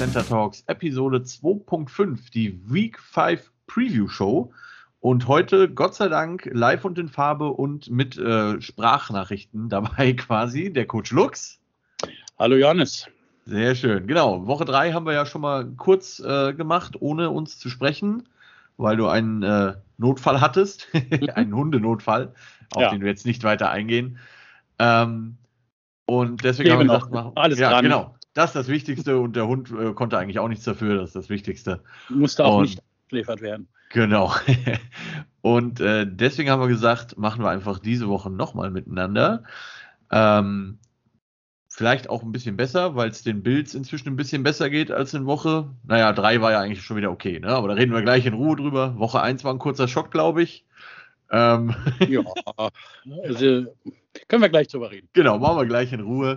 Center Talks Episode 2.5, die Week 5 Preview Show. Und heute, Gott sei Dank, live und in Farbe und mit Sprachnachrichten dabei quasi, der Coach Lux. Hallo Johannes. Sehr schön, genau. Woche 3 haben wir ja schon mal kurz gemacht, ohne uns zu sprechen, weil du einen Notfall hattest, einen Hundenotfall, auf den wir jetzt nicht weiter eingehen. Und deswegen haben wir gesagt, machen alles dran. Genau, das ist das Wichtigste und der Hund konnte eigentlich auch nichts dafür, das ist das Wichtigste. Musste auch nicht geschläfert werden. Genau. Und deswegen haben wir gesagt, machen wir einfach diese Woche nochmal miteinander. Vielleicht auch ein bisschen besser, weil es den Bills inzwischen ein bisschen besser geht als in Woche. 3 war ja eigentlich schon wieder okay, ne? Aber da reden wir gleich in Ruhe drüber. Woche 1 war ein kurzer Schock, glaube ich. Ja, also können wir gleich drüber reden. Genau, machen wir gleich in Ruhe.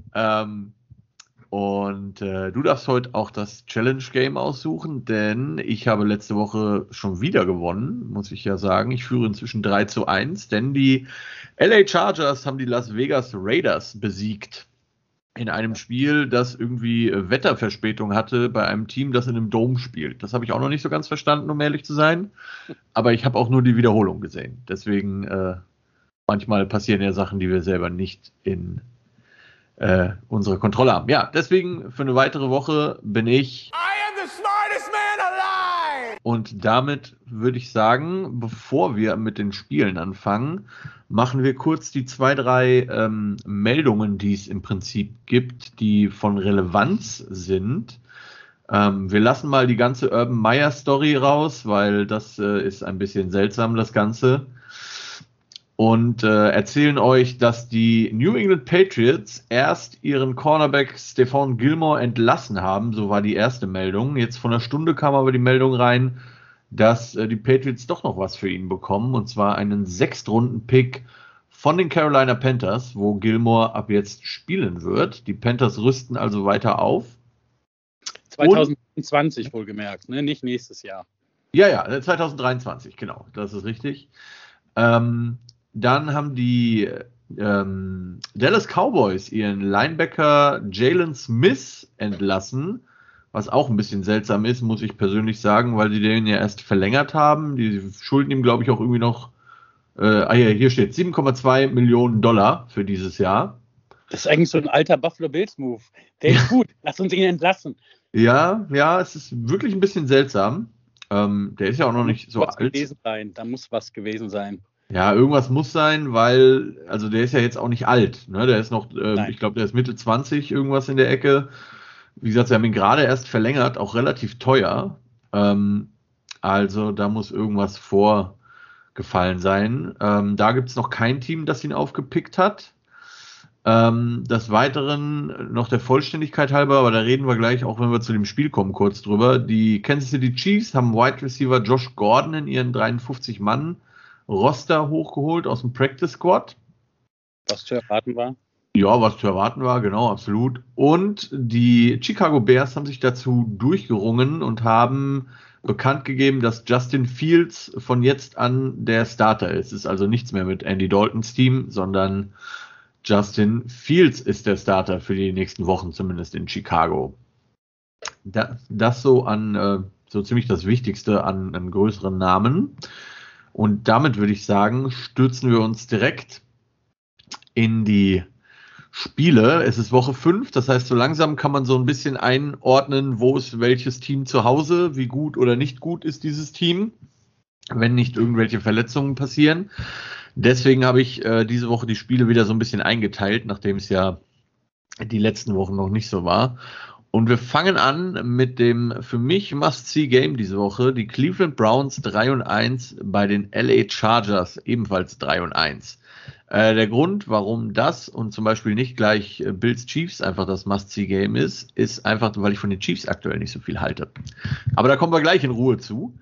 Du darfst heute auch das Challenge-Game aussuchen, denn ich habe letzte Woche schon wieder gewonnen, muss ich ja sagen. Ich führe inzwischen 3-1, denn die LA Chargers haben die Las Vegas Raiders besiegt. In einem Spiel, das irgendwie Wetterverspätung hatte bei einem Team, das in einem Dome spielt. Das habe ich auch noch nicht so ganz verstanden, um ehrlich zu sein. Aber ich habe auch nur die Wiederholung gesehen. Deswegen, manchmal passieren ja Sachen, die wir selber nicht in unserer Kontrolle haben. Ja, deswegen für eine weitere Woche bin ich I am the smartest man alive! Und damit würde ich sagen, bevor wir mit den Spielen anfangen, machen wir kurz die 2, 3 Meldungen, die es im Prinzip gibt, die von Relevanz sind. Wir lassen mal die ganze Urban Meyer Story raus, weil das ist ein bisschen seltsam, das Ganze. Und erzählen euch, dass die New England Patriots erst ihren Cornerback Stephon Gilmore entlassen haben. So war die erste Meldung. Jetzt vor einer Stunde kam aber die Meldung rein, dass die Patriots doch noch was für ihn bekommen. Und zwar einen 6-Runden-Pick von den Carolina Panthers, wo Gilmore ab jetzt spielen wird. Die Panthers rüsten also weiter auf. 2020 wohlgemerkt, ne? Nicht nächstes Jahr. Ja, 2023, genau. Das ist richtig. Dann haben die Dallas Cowboys ihren Linebacker Jalen Smith entlassen, was auch ein bisschen seltsam ist, muss ich persönlich sagen, weil sie den ja erst verlängert haben. Die schulden ihm, glaube ich, auch irgendwie noch, hier steht $7,2 Millionen für dieses Jahr. Das ist eigentlich so ein alter Buffalo Bills Move. Der ist gut, lass uns ihn entlassen. Ja, es ist wirklich ein bisschen seltsam. Der ist ja auch noch nicht so alt. Da muss was gewesen sein. Ja, irgendwas muss sein, weil, also der ist ja jetzt auch nicht alt, ne? Der ist noch, ich glaube, der ist Mitte 20, irgendwas in der Ecke. Wie gesagt, sie haben ihn gerade erst verlängert, auch relativ teuer. Also da muss irgendwas vorgefallen sein. Da gibt es noch kein Team, das ihn aufgepickt hat. Des Weiteren noch der Vollständigkeit halber, aber da reden wir gleich, auch wenn wir zu dem Spiel kommen, kurz drüber. Die Kansas City Chiefs haben Wide Receiver Josh Gordon in ihren 53-Mann Roster hochgeholt aus dem Practice Squad. Was zu erwarten war? Ja, was zu erwarten war, genau, absolut. Und die Chicago Bears haben sich dazu durchgerungen und haben bekannt gegeben, dass Justin Fields von jetzt an der Starter ist. Es ist also nichts mehr mit Andy Daltons Team, sondern Justin Fields ist der Starter für die nächsten Wochen, zumindest in Chicago. Das so an so ziemlich das Wichtigste an größeren Namen. Und damit würde ich sagen, stürzen wir uns direkt in die Spiele. Es ist Woche 5, das heißt, so langsam kann man so ein bisschen einordnen, wo ist welches Team zu Hause, wie gut oder nicht gut ist dieses Team, wenn nicht irgendwelche Verletzungen passieren. Deswegen habe ich diese Woche die Spiele wieder so ein bisschen eingeteilt, nachdem es ja die letzten Wochen noch nicht so war. Und wir fangen an mit dem für mich Must-See-Game diese Woche. Die Cleveland Browns 3-1 bei den LA Chargers ebenfalls 3-1. Der Grund, warum das und zum Beispiel nicht gleich Bills Chiefs einfach das Must-See-Game ist einfach, weil ich von den Chiefs aktuell nicht so viel halte. Aber da kommen wir gleich in Ruhe zu.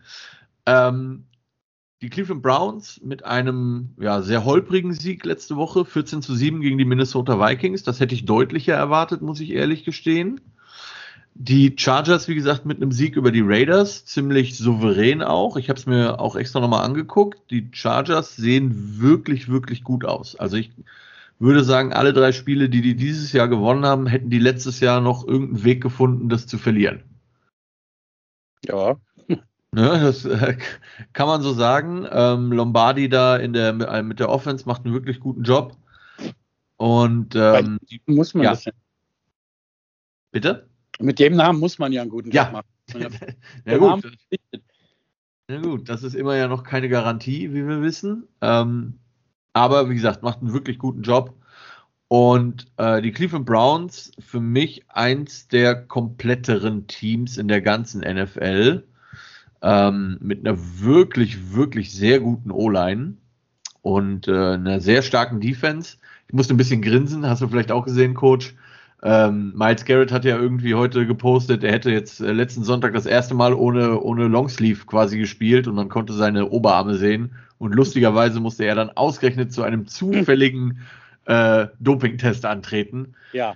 Die Cleveland Browns mit einem sehr holprigen Sieg letzte Woche, 14-7 gegen die Minnesota Vikings. Das hätte ich deutlicher erwartet, muss ich ehrlich gestehen. Die Chargers, wie gesagt, mit einem Sieg über die Raiders, ziemlich souverän auch. Ich habe es mir auch extra nochmal angeguckt. Die Chargers sehen wirklich, wirklich gut aus. Also ich würde sagen, alle 3 Spiele, die dieses Jahr gewonnen haben, hätten die letztes Jahr noch irgendeinen Weg gefunden, das zu verlieren. Ja. Ne, das kann man so sagen. Lombardi da mit der Offense macht einen wirklich guten Job. Und muss man das ja. Bitte? Mit dem Namen muss man ja einen guten Job machen. Ja, gut. Na gut, das ist immer ja noch keine Garantie, wie wir wissen. Aber wie gesagt, macht einen wirklich guten Job. Und die Cleveland Browns, für mich eins der kompletteren Teams in der ganzen NFL. Mit einer wirklich, wirklich sehr guten O-Line und einer sehr starken Defense. Ich musste ein bisschen grinsen, hast du vielleicht auch gesehen, Coach. Myles Garrett hat ja irgendwie heute gepostet, er hätte jetzt letzten Sonntag das erste Mal ohne Longsleeve quasi gespielt und man konnte seine Oberarme sehen. Und lustigerweise musste er dann ausgerechnet zu einem zufälligen Dopingtest antreten. Ja.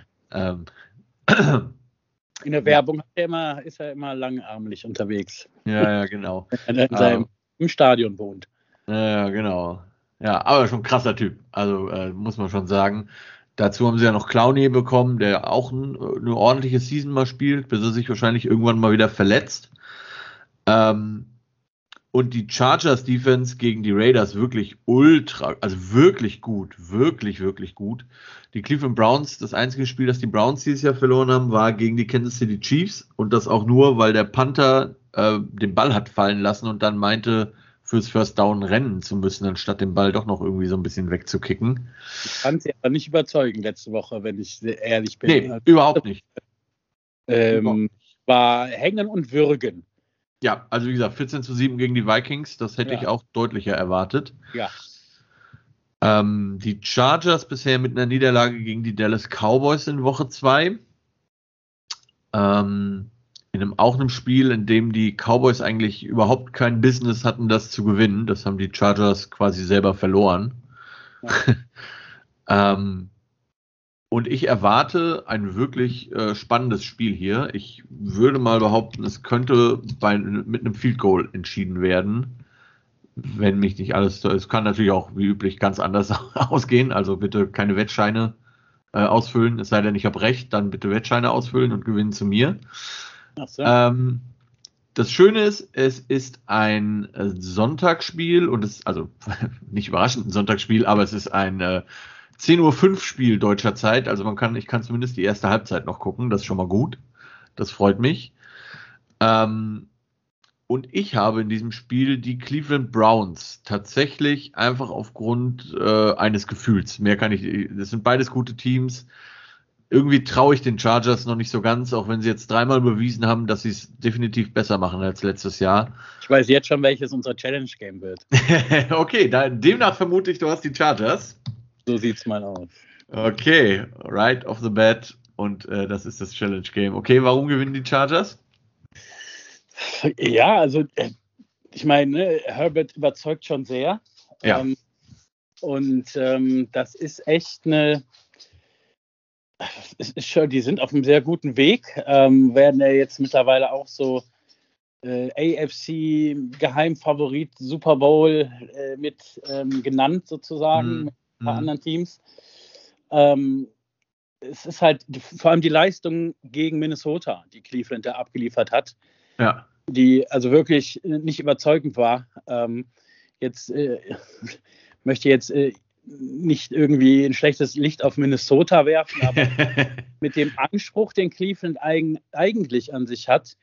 In der Werbung ist er immer langarmlich unterwegs. Ja, genau. Wenn er im Stadion wohnt. Ja, genau. Ja, aber schon ein krasser Typ. Also muss man schon sagen. Dazu haben sie ja noch Clowney bekommen, der auch eine ordentliche Season mal spielt, bis er sich wahrscheinlich irgendwann mal wieder verletzt. Und die Chargers Defense gegen die Raiders wirklich also wirklich gut, wirklich, wirklich gut. Die Cleveland Browns, das einzige Spiel, das die Browns dieses Jahr verloren haben, war gegen die Kansas City Chiefs und das auch nur, weil der Panther den Ball hat fallen lassen und dann meinte, fürs First Down rennen zu müssen, anstatt den Ball doch noch irgendwie so ein bisschen wegzukicken. Ich fand sie aber nicht überzeugend letzte Woche, wenn ich ehrlich bin. Nee, überhaupt nicht. War hängen und würgen. Ja, also wie gesagt, 14-7 gegen die Vikings, das hätte ich auch deutlicher erwartet. Ja. Die Chargers bisher mit einer Niederlage gegen die Dallas Cowboys in Woche 2. In einem Spiel, in dem die Cowboys eigentlich überhaupt kein Business hatten, das zu gewinnen. Das haben die Chargers quasi selber verloren. Ja. Und ich erwarte ein wirklich spannendes Spiel hier. Ich würde mal behaupten, es könnte mit einem Field Goal entschieden werden. Wenn mich nicht alles... Es kann natürlich auch wie üblich ganz anders ausgehen. Also bitte keine Wettscheine ausfüllen. Es sei denn, ich habe recht, dann bitte Wettscheine ausfüllen und gewinnen zu mir. Ach so. Das Schöne ist, es ist ein Sonntagsspiel und es also nicht überraschend ein Sonntagsspiel, aber es ist ein 10:05 Uhr Spiel deutscher Zeit. Also ich kann zumindest die erste Halbzeit noch gucken. Das ist schon mal gut. Das freut mich. Und ich habe in diesem Spiel die Cleveland Browns tatsächlich einfach aufgrund eines Gefühls. Das sind beides gute Teams. Irgendwie traue ich den Chargers noch nicht so ganz, auch wenn sie jetzt 3-mal bewiesen haben, dass sie es definitiv besser machen als letztes Jahr. Ich weiß jetzt schon, welches unser Challenge-Game wird. Okay, demnach vermute ich, du hast die Chargers. So sieht's mal aus. Okay, right off the bat. Und das ist das Challenge-Game. Okay, warum gewinnen die Chargers? Ja, also ich meine, Herbert überzeugt schon sehr. Ja. Das ist echt die sind auf einem sehr guten Weg, werden ja jetzt mittlerweile auch so AFC Geheimfavorit Super Bowl mit genannt sozusagen mit ein paar anderen Teams. Es ist halt vor allem die Leistung gegen Minnesota, die Cleveland da abgeliefert hat, die also wirklich nicht überzeugend war. Möchte jetzt nicht irgendwie ein schlechtes Licht auf Minnesota werfen, aber mit dem Anspruch, den Cleveland eigentlich an sich hat,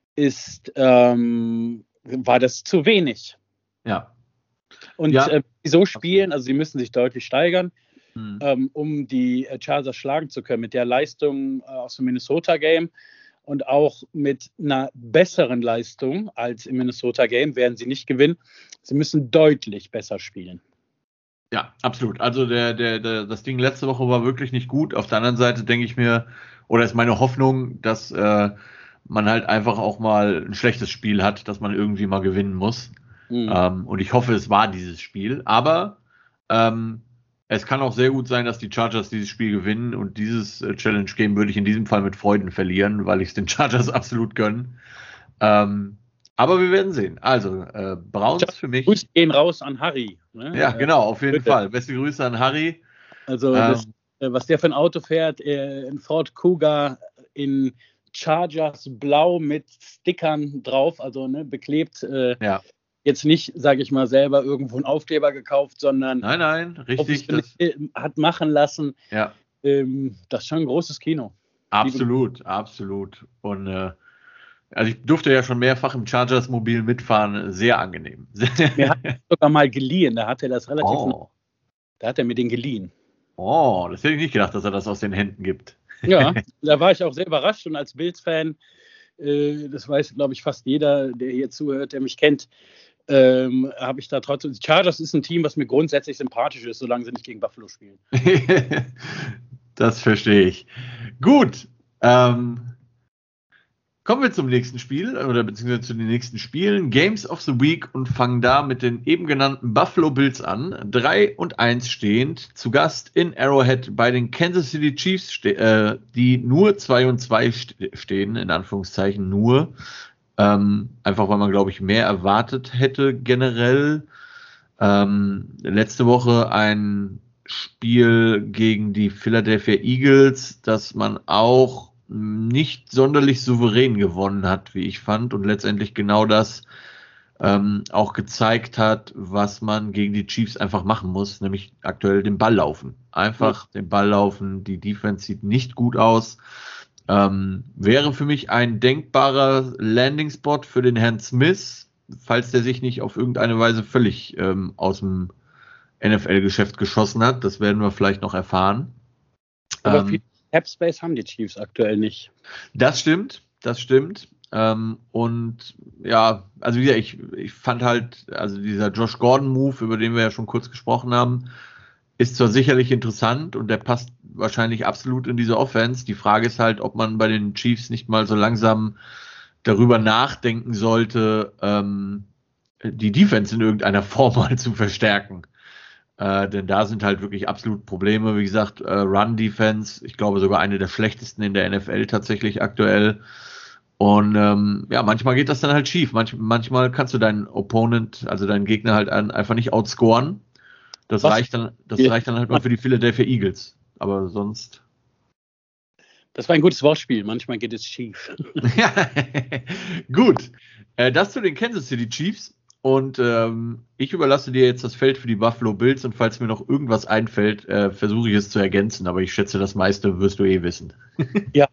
war das zu wenig. Ja. Und die so spielen, also sie müssen sich deutlich steigern, um die Chargers schlagen zu können. Mit der Leistung aus dem Minnesota-Game und auch mit einer besseren Leistung als im Minnesota-Game werden sie nicht gewinnen. Sie müssen deutlich besser spielen. Ja, absolut. Also das Ding letzte Woche war wirklich nicht gut. Auf der anderen Seite denke ich mir, oder ist meine Hoffnung, dass man halt einfach auch mal ein schlechtes Spiel hat, dass man irgendwie mal gewinnen muss. Und ich hoffe, es war dieses Spiel. Aber es kann auch sehr gut sein, dass die Chargers dieses Spiel gewinnen. Und dieses Challenge-Game würde ich in diesem Fall mit Freuden verlieren, weil ich es den Chargers absolut gönne. Aber wir werden sehen. Also, Browns für mich. Grüße gehen raus an Harry. Ne? Ja, genau, auf jeden Fall. Beste Grüße an Harry. Also was der für ein Auto fährt, ein Ford Kuga in Chargers Blau mit Stickern drauf, also beklebt. Jetzt nicht, sage ich mal, selber irgendwo einen Aufkleber gekauft, sondern nein, richtig, hat machen lassen. Ja. Das ist schon ein großes Kino. Absolut. Und also ich durfte ja schon mehrfach im Chargers Mobil mitfahren, sehr angenehm. Mir hat er sogar mal geliehen, da hat er das relativ. Da hat er mir den geliehen. Oh, das hätte ich nicht gedacht, dass er das aus den Händen gibt. Ja, da war ich auch sehr überrascht und als Bills-Fan, das weiß, glaube ich, fast jeder, der hier zuhört, der mich kennt, habe ich da trotzdem. Chargers ist ein Team, was mir grundsätzlich sympathisch ist, solange sie nicht gegen Buffalo spielen. Das verstehe ich. Gut. Kommen wir zum nächsten Spiel oder beziehungsweise zu den nächsten Spielen. Games of the Week und fangen da mit den eben genannten Buffalo Bills an. 3-1 stehend. Zu Gast in Arrowhead bei den Kansas City Chiefs, die nur 2-2 stehen, in Anführungszeichen nur. Einfach weil man, glaube ich, mehr erwartet hätte generell. Letzte Woche ein Spiel gegen die Philadelphia Eagles, das man auch nicht sonderlich souverän gewonnen hat, wie ich fand, und letztendlich genau das auch gezeigt hat, was man gegen die Chiefs einfach machen muss, nämlich aktuell den Ball laufen. Einfach den Ball laufen, die Defense sieht nicht gut aus. Wäre für mich ein denkbarer Landing-Spot für den Herrn Smith, falls der sich nicht auf irgendeine Weise völlig aus dem NFL-Geschäft geschossen hat. Das werden wir vielleicht noch erfahren. Aber viel Cap-Space haben die Chiefs aktuell nicht. Das stimmt. Und ja, also wie gesagt, ich fand halt, also dieser Josh Gordon-Move, über den wir ja schon kurz gesprochen haben, ist zwar sicherlich interessant und der passt wahrscheinlich absolut in diese Offense. Die Frage ist halt, ob man bei den Chiefs nicht mal so langsam darüber nachdenken sollte, die Defense in irgendeiner Form mal zu verstärken. Denn da sind halt wirklich absolut Probleme. Wie gesagt, Run-Defense, ich glaube sogar eine der schlechtesten in der NFL tatsächlich aktuell. Und ja, manchmal geht das dann halt schief. Manchmal kannst du deinen Opponent, also deinen Gegner halt einfach nicht outscoren. Das reicht dann halt mal für die Philadelphia Eagles. Aber sonst. Das war ein gutes Wortspiel. Manchmal geht es schief. Ja, gut. Das zu den Kansas City Chiefs. Und ich überlasse dir jetzt das Feld für die Buffalo Bills. Und falls mir noch irgendwas einfällt, versuche ich es zu ergänzen. Aber ich schätze, das meiste wirst du wissen. Ja.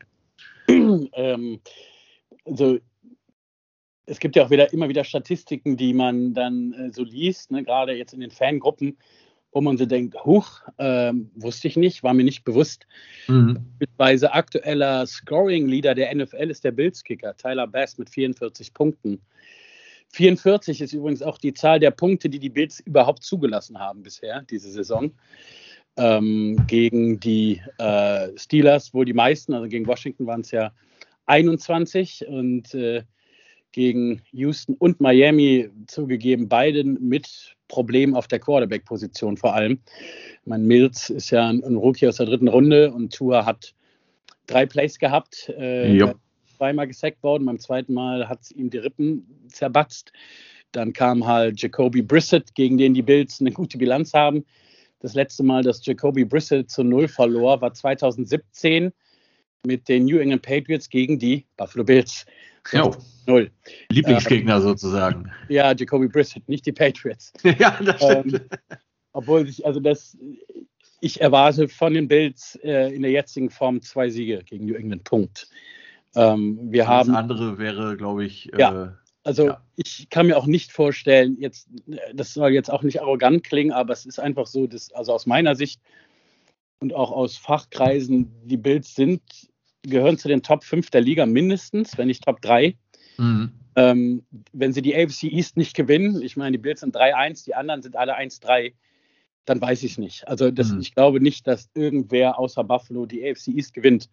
Also es gibt ja auch immer wieder Statistiken, die man dann so liest, ne, gerade jetzt in den Fangruppen, wo man so denkt, wusste ich nicht, war mir nicht bewusst. Beispielsweise aktueller Scoring-Leader der NFL ist der Bills-Kicker, Tyler Bass mit 44 Punkten. 44 ist übrigens auch die Zahl der Punkte, die die Bills überhaupt zugelassen haben bisher, diese Saison. Gegen die Steelers, wohl die meisten, also gegen Washington waren es ja 21 und gegen Houston und Miami zugegeben, beiden mit Problemen auf der Quarterback-Position vor allem. Mein Mills ist ja ein Rookie aus der 3. Runde und Tua hat 3 Plays gehabt, zweimal gesackt worden, beim 2. Mal hat es ihm die Rippen zerbatzt. Dann kam halt Jacoby Brissett, gegen den die Bills eine gute Bilanz haben. Das letzte Mal, dass Jacoby Brissett zu 0 verlor, war 2017 mit den New England Patriots gegen die Buffalo Bills. 0. Lieblingsgegner sozusagen. Ja, Jacoby Brissett, nicht die Patriots. Ja, das stimmt. Obwohl ich erwarte von den Bills in der jetzigen Form 2 Siege gegen New England. Punkt. Das andere wäre, glaube ich. Ich kann mir auch nicht vorstellen, das soll jetzt auch nicht arrogant klingen, aber es ist einfach so, also aus meiner Sicht und auch aus Fachkreisen, die Bills gehören zu den Top 5 der Liga mindestens, wenn nicht Top 3. Wenn sie die AFC East nicht gewinnen, ich meine, die Bills sind 3-1, die anderen sind alle 1-3, dann weiß ich es nicht. Also ich glaube nicht, dass irgendwer außer Buffalo die AFC East gewinnt.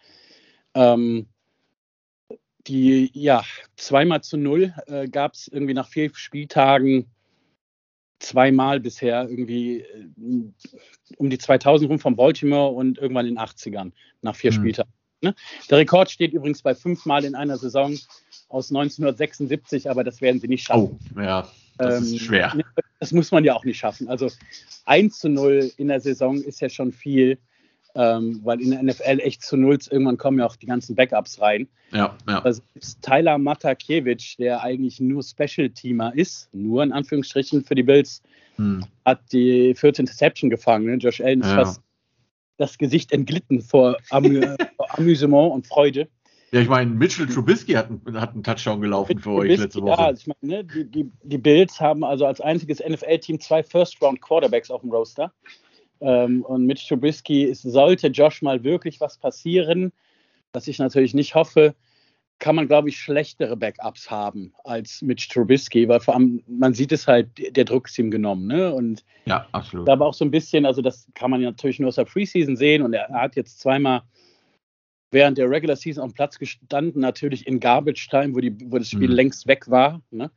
Die 2-0 gab es irgendwie nach 4 Spieltagen 2-mal bisher irgendwie um die 2000 rum von Baltimore und irgendwann in den 80ern nach 4 Spieltagen. Ne? Der Rekord steht übrigens bei 5-mal in einer Saison aus 1976, aber das werden sie nicht schaffen. Oh, ja, das ist schwer. Das muss man ja auch nicht schaffen. Also 1-0 in der Saison ist ja schon viel, weil in der NFL echt zu Nulls irgendwann kommen ja auch die ganzen Backups rein. Ja. Also Tyler Matakiewicz, der eigentlich nur Special-Teamer ist, nur in Anführungsstrichen für die Bills, hat die 4. Interception gefangen. Ne? Josh Allen ist fast das Gesicht entglitten vor Amüsement und Freude. Ja, ich meine, Mitchell Trubisky hat einen Touchdown gelaufen für euch letzte Woche. Ja, ich meine, die Bills haben also als einziges NFL-Team 2 First-Round-Quarterbacks auf dem Roster. Und mit Trubisky sollte Josh mal wirklich was passieren, was ich natürlich nicht hoffe, kann man, glaube ich, schlechtere Backups haben als Mitch Trubisky, weil vor allem, man sieht es halt, der Druck ist ihm genommen. Ne? Und ja, absolut. Da war auch so ein bisschen, also das kann man ja natürlich nur aus der Preseason sehen und er hat jetzt zweimal während der Regular Season auf dem Platz gestanden, natürlich in Garbage Time, wo das Spiel längst weg war. Ne?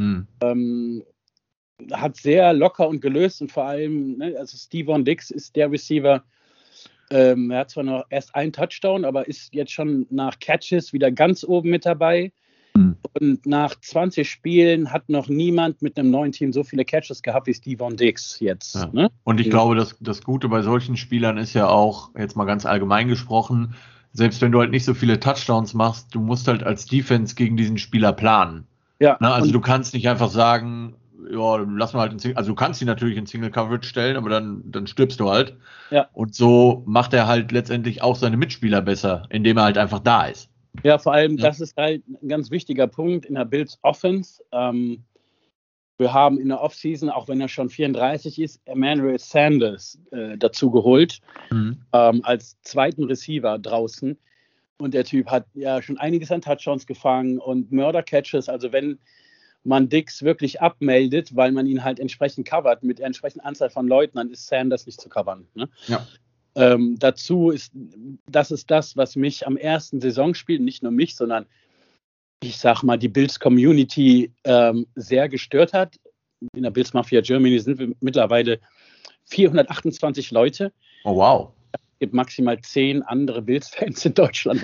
Hat sehr locker und gelöst und vor allem, ne, also Stevon Diggs ist der Receiver, er hat zwar noch erst einen Touchdown, aber ist jetzt schon nach Catches wieder ganz oben mit dabei. Und nach 20 Spielen hat noch niemand mit einem neuen Team so viele Catches gehabt wie Stevon Diggs jetzt. Ja. Ne? Und ich glaube, das Gute bei solchen Spielern ist ja auch, jetzt mal ganz allgemein gesprochen, selbst wenn du halt nicht so viele Touchdowns machst, du musst halt als Defense gegen diesen Spieler planen. Ja. Ne? Also du kannst nicht einfach sagen, ja, lass mal halt also du kannst ihn natürlich in Single Coverage stellen, aber dann stirbst du halt. Ja. Und so macht er halt letztendlich auch seine Mitspieler besser, indem er halt einfach da ist. Ja, vor allem, das ist halt ein ganz wichtiger Punkt in der Bills Offense. Wir haben in der Offseason, auch wenn er schon 34 ist, Emmanuel Sanders dazu geholt, als zweiten Receiver draußen. Und der Typ hat ja schon einiges an Touchdowns gefangen und Murder-Catches. Also wenn man Diggs wirklich abmeldet, weil man ihn halt entsprechend covert mit der entsprechenden Anzahl von Leuten, dann ist Sanders nicht zu covern. Ne? Ja. Dazu ist das, was mich am ersten Saisonspiel, nicht nur mich, sondern ich sag mal, die Bills-Community sehr gestört hat. In der Bills Mafia Germany sind wir mittlerweile 428 Leute. Oh, wow. Es gibt maximal 10 andere Bills-Fans in Deutschland.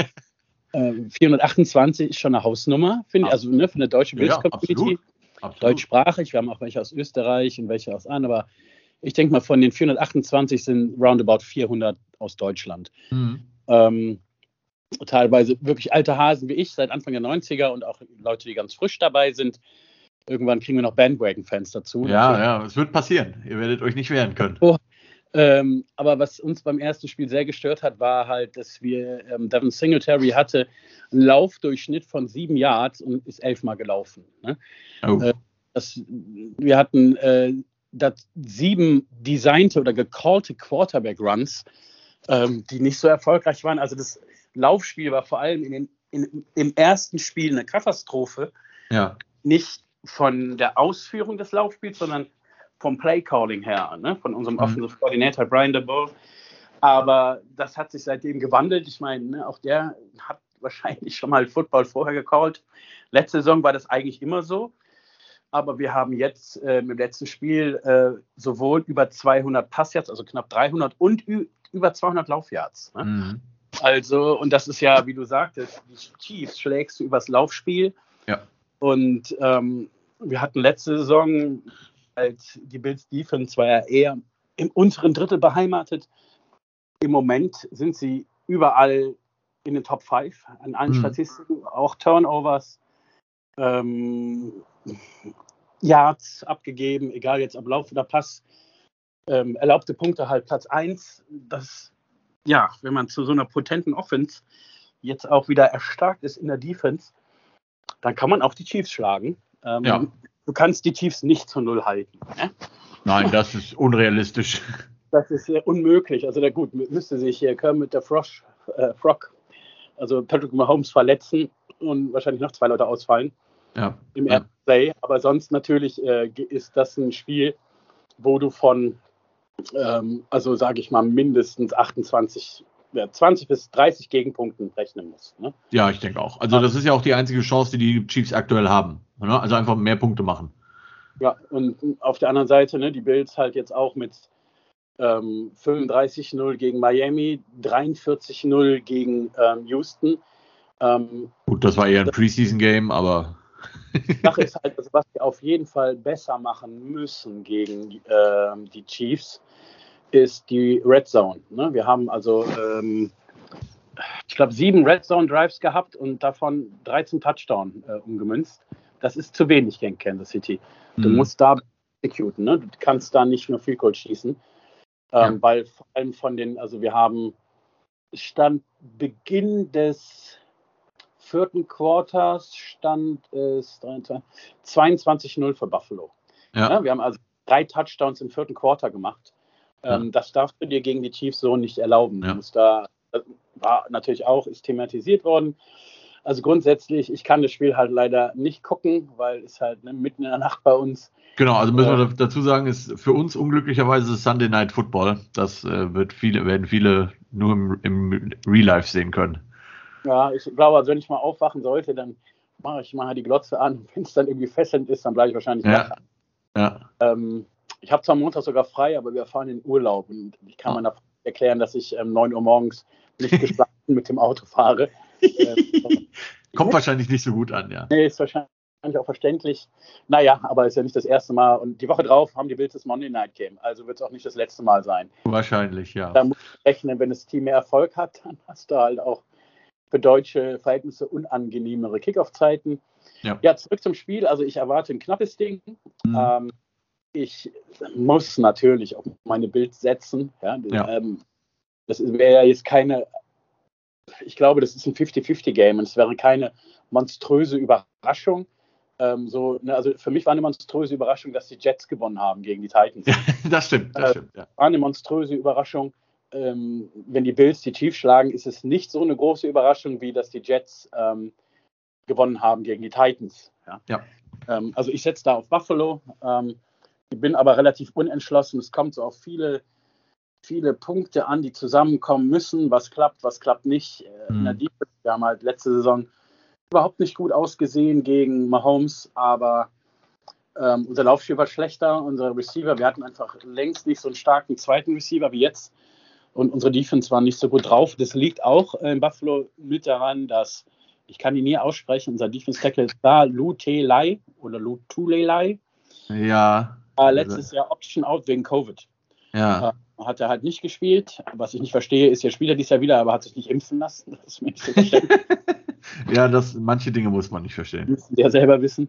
428 ist schon eine Hausnummer, finde ich, also ne, für eine deutsche Bills-Community. Absolut. Deutschsprachig, wir haben auch welche aus Österreich und welche aus anderen, aber ich denke mal, von den 428 sind roundabout 400 aus Deutschland. Teilweise wirklich alte Hasen wie ich, seit Anfang der 90er und auch Leute, die ganz frisch dabei sind. Irgendwann kriegen wir noch Bandwagon-Fans dazu. Ja, es wird passieren. Ihr werdet euch nicht wehren können. Aber was uns beim ersten Spiel sehr gestört hat, war halt, dass wir Devin Singletary hatte einen Laufdurchschnitt von 7 Yards und ist 11-mal gelaufen. Ne? Wir hatten 7 designte oder gecallte Quarterback-Runs, die nicht so erfolgreich waren. Also das Laufspiel war vor allem im ersten Spiel eine Katastrophe. Ja. Nicht von der Ausführung des Laufspiels, sondern vom Play-Calling her, ne? Von unserem Offensive Coordinator Brian DeBoer. Aber das hat sich seitdem gewandelt. Ich meine, ne, auch der hat wahrscheinlich schon mal Football vorher gecallt. Letzte Saison war das eigentlich immer so. Aber wir haben jetzt im letzten Spiel sowohl über 200 Passyards, also knapp 300 und über 200 Laufyards. Ne? Also, und das ist ja, wie du sagtest, die Chiefs schlägst du übers Laufspiel. Ja. Und wir hatten letzte Saison, als die Bills Defense war ja eher im unteren Drittel beheimatet. Im Moment sind sie überall in den Top 5 an allen Statistiken, auch Turnovers, Yards abgegeben, egal jetzt ob Lauf oder Pass, erlaubte Punkte halt Platz 1. Das, ja, wenn man zu so einer potenten Offense jetzt auch wieder erstarkt ist in der Defense, dann kann man auch die Chiefs schlagen. Du kannst die Chiefs nicht zu 0 halten. Ne? Nein, das ist unrealistisch. Das ist unmöglich. Also gut, müsste sich hier Kermit der Frog, also Patrick Mahomes verletzen und wahrscheinlich noch 2 Leute ausfallen im ersten Play. Aber sonst natürlich ist das ein Spiel, wo du von, also sage ich mal, mindestens 20 bis 30 Gegenpunkten rechnen musst. Ne? Ja, ich denke auch. Also das ist ja auch die einzige Chance, die die Chiefs aktuell haben. Ne? Also einfach mehr Punkte machen. Ja, und auf der anderen Seite, ne, die Bills halt jetzt auch mit 35-0 gegen Miami, 43-0 gegen Houston. Gut, das war eher ein Preseason-Game, aber... Die Sache ist halt, also was wir auf jeden Fall besser machen müssen gegen die Chiefs, ist die Red Zone. Ne? Wir haben also, ich glaube, 7 Red Zone Drives gehabt und davon 13 Touchdown umgemünzt. Das ist zu wenig gegen Kansas City. Du musst da executen, ne? Du kannst da nicht nur Field Goal schießen, weil vor allem von den, also wir haben Stand Beginn des 4. Quarters stand es 22-0 für Buffalo. Ja, wir haben also 3 Touchdowns im 4. Quarter gemacht. Das darfst du dir gegen die Chiefs so nicht erlauben. Du musst da, war natürlich auch, ist thematisiert worden. Also grundsätzlich, ich kann das Spiel halt leider nicht gucken, weil es halt mitten in der Nacht bei uns. Genau, also müssen wir dazu sagen, ist für uns unglücklicherweise Sunday Night Football. Das werden viele nur im Real Life sehen können. Ja, ich glaube, also wenn ich mal aufwachen sollte, dann mache ich mal die Glotze an. Wenn es dann irgendwie fesselnd ist, dann bleibe ich wahrscheinlich wach. Ja. Ich habe zwar Montag sogar frei, aber wir fahren in Urlaub. Und ich kann mir erklären, dass ich 9 Uhr morgens nicht geschlafen mit dem Auto fahre. Kommt wahrscheinlich nicht so gut an, ja. Nee, ist wahrscheinlich auch verständlich. Naja, aber ist ja nicht das erste Mal. Und die Woche drauf haben die Bills das Monday Night Game. Also wird es auch nicht das letzte Mal sein. Wahrscheinlich, ja. Da muss ich rechnen, wenn das Team mehr Erfolg hat, dann hast du halt auch für deutsche Verhältnisse unangenehmere Kickoff-Zeiten. Ja, zurück zum Spiel. Also ich erwarte ein knappes Ding. Ich muss natürlich auf meine Bills setzen. Das wäre ja jetzt keine, ich glaube, das ist ein 50-50-Game und es wäre keine monströse Überraschung. Also für mich war eine monströse Überraschung, dass die Jets gewonnen haben gegen die Titans. Das stimmt. Ja. War eine monströse Überraschung. Wenn die Bills die Chiefs schlagen, ist es nicht so eine große Überraschung, wie dass die Jets gewonnen haben gegen die Titans. Also ich setze da auf Buffalo. Ich bin aber relativ unentschlossen. Es kommt so auf viele Punkte an, die zusammenkommen müssen. Was klappt nicht. In der Defense, wir haben halt letzte Saison überhaupt nicht gut ausgesehen gegen Mahomes, aber unser Laufspiel war schlechter. Unsere Receiver, wir hatten einfach längst nicht so einen starken zweiten Receiver wie jetzt. Und unsere Defense war nicht so gut drauf. Das liegt auch in Buffalo mit daran, dass, ich kann ihn nie aussprechen, unser Defense-Tackle war Lutulelei oder Lutulelei. Ja. Letztes Jahr Option out wegen Covid. Ja. Hat er halt nicht gespielt. Was ich nicht verstehe, ist, er spielt ja dieses Jahr wieder, aber hat sich nicht impfen lassen. Das ist mir nicht so verständlich. Ja, manche Dinge muss man nicht verstehen. Müssen der selber wissen.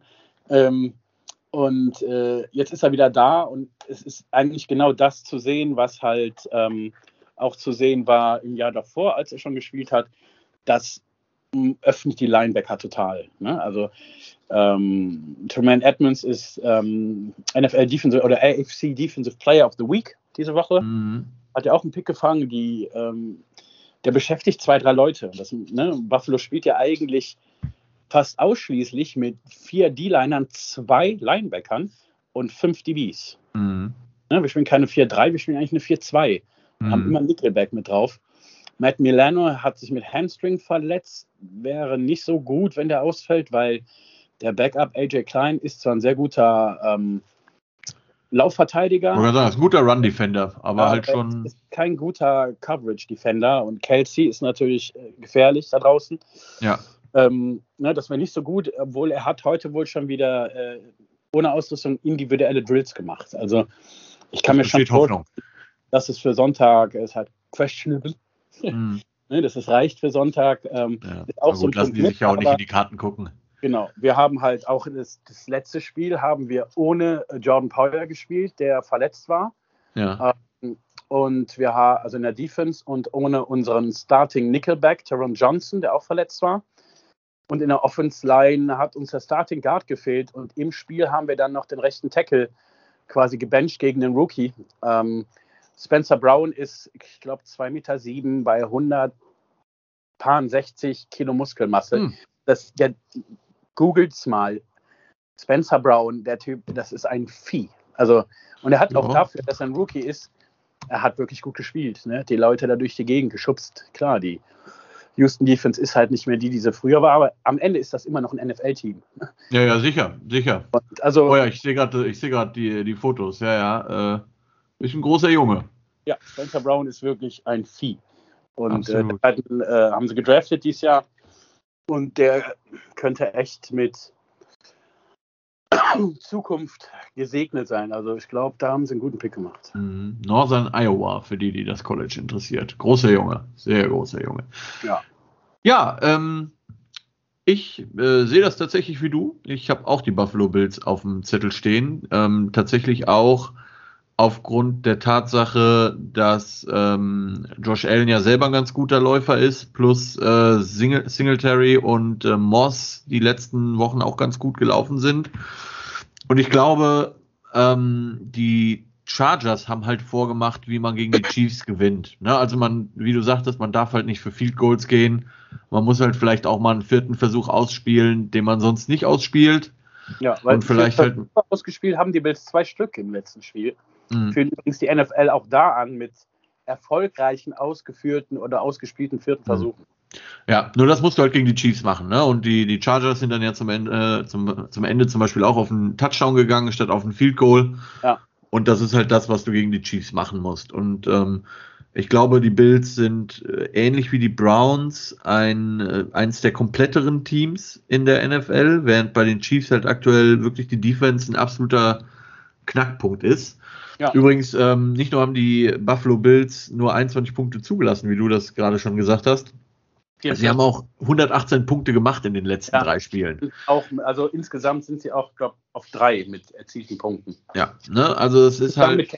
Und jetzt ist er wieder da und es ist eigentlich genau das zu sehen, was halt auch zu sehen war im Jahr davor, als er schon gespielt hat. Das öffnet die Linebacker total. Ne? Also Tremaine Edmonds ist NFL Defensive oder AFC Defensive Player of the Week diese Woche. Hat ja auch einen Pick gefangen, der beschäftigt 2, 3 Leute. Buffalo spielt ja eigentlich fast ausschließlich mit 4 D-Linern, 2 Linebackern und 5 DBs. Wir spielen keine 4-3, wir spielen eigentlich eine 4-2. Haben immer Nickelback mit drauf. Matt Milano hat sich mit Hamstring verletzt. Wäre nicht so gut, wenn der ausfällt, weil der Backup AJ Klein ist zwar ein sehr guter Laufverteidiger. Ich würde sagen, ist ein guter Run-Defender, aber halt schon. Ist kein guter Coverage-Defender und Kelsey ist natürlich gefährlich da draußen. Ja. Das wäre nicht so gut, obwohl er hat heute wohl schon wieder ohne Ausrüstung individuelle Drills gemacht. Also ich kann mir schon vorstellen, dass es für Sonntag ist halt questionable. Dass es reicht für Sonntag. Ist auch so ein lassen Punkt die sich ja auch nicht in die Karten gucken. Genau, wir haben halt auch das letzte Spiel haben wir ohne Jordan Poyer gespielt, der verletzt war. Ja. Und wir haben also in der Defense und ohne unseren Starting Nickelback, Teron Johnson, der auch verletzt war. Und in der Offense Line hat uns der Starting Guard gefehlt und im Spiel haben wir dann noch den rechten Tackle quasi gebencht gegen den Rookie. Spencer Brown ist, ich glaube, 2,7 Meter bei 160 Kilo Muskelmasse. Googelt's mal. Spencer Brown, der Typ, das ist ein Vieh. Also, und er hat auch dafür, dass er ein Rookie ist, er hat wirklich gut gespielt. Ne? Die Leute da durch die Gegend geschubst. Klar, die Houston Defense ist halt nicht mehr die sie früher war, aber am Ende ist das immer noch ein NFL-Team. Ja, sicher. Und also, ich sehe gerade die Fotos. Ist ein großer Junge. Ja, Spencer Brown ist wirklich ein Vieh. Und haben sie gedraftet dieses Jahr. Und der könnte echt mit Zukunft gesegnet sein. Also ich glaube, da haben sie einen guten Pick gemacht. Northern Iowa, für die das College interessiert. Großer Junge, sehr großer Junge. Ja, ich sehe das tatsächlich wie du. Ich habe auch die Buffalo Bills auf dem Zettel stehen. Tatsächlich auch aufgrund der Tatsache, dass Josh Allen ja selber ein ganz guter Läufer ist, plus Singletary und Moss die letzten Wochen auch ganz gut gelaufen sind. Und ich glaube, die Chargers haben halt vorgemacht, wie man gegen die Chiefs gewinnt. Ne? Also wie du sagtest, man darf halt nicht für Field Goals gehen. Man muss halt vielleicht auch mal einen vierten Versuch ausspielen, den man sonst nicht ausspielt. Ja, weil und vielleicht halt ausgespielt haben die Bills 2 Stück im letzten Spiel. Führt übrigens die NFL auch da an mit erfolgreichen ausgeführten oder ausgespielten vierten Versuchen. Ja, nur das musst du halt gegen die Chiefs machen, ne? Und die Chargers sind dann ja zum Ende zum Beispiel auch auf einen Touchdown gegangen, statt auf einen Field Goal. Ja. Und das ist halt das, was du gegen die Chiefs machen musst. Und ich glaube, die Bills sind ähnlich wie die Browns eins der kompletteren Teams in der NFL, während bei den Chiefs halt aktuell wirklich die Defense ein absoluter Knackpunkt ist. Ja. Übrigens, nicht nur haben die Buffalo Bills nur 21 Punkte zugelassen, wie du das gerade schon gesagt hast. Sie haben auch 118 Punkte gemacht in den letzten 3 Spielen. Also insgesamt sind sie auch, glaube ich, auf 3 mit erzielten Punkten. Ja, ne? Also es ist halt,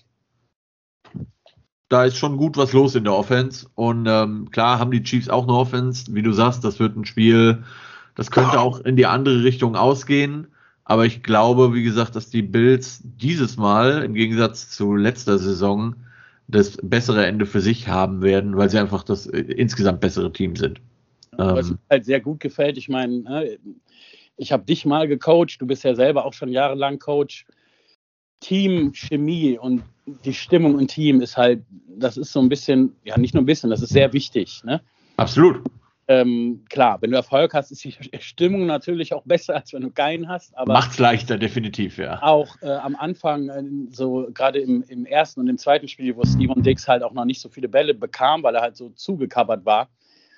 da ist schon gut was los in der Offense. Und klar haben die Chiefs auch eine Offense. Wie du sagst, das wird ein Spiel, das könnte auch in die andere Richtung ausgehen. Aber ich glaube, wie gesagt, dass die Bills dieses Mal im Gegensatz zu letzter Saison das bessere Ende für sich haben werden, weil sie einfach das insgesamt bessere Team sind. Was mir halt sehr gut gefällt, ich meine, ich habe dich mal gecoacht, du bist ja selber auch schon jahrelang Coach. Teamchemie und die Stimmung im Team ist halt, das ist so ein bisschen, ja nicht nur ein bisschen, das ist sehr wichtig. Ne? Absolut. Klar, wenn du Erfolg hast, ist die Stimmung natürlich auch besser, als wenn du keinen hast. Aber macht's leichter, definitiv, ja. Auch am Anfang, so gerade im ersten und im zweiten Spiel, wo Steven Diggs halt auch noch nicht so viele Bälle bekam, weil er halt so zugekappert war,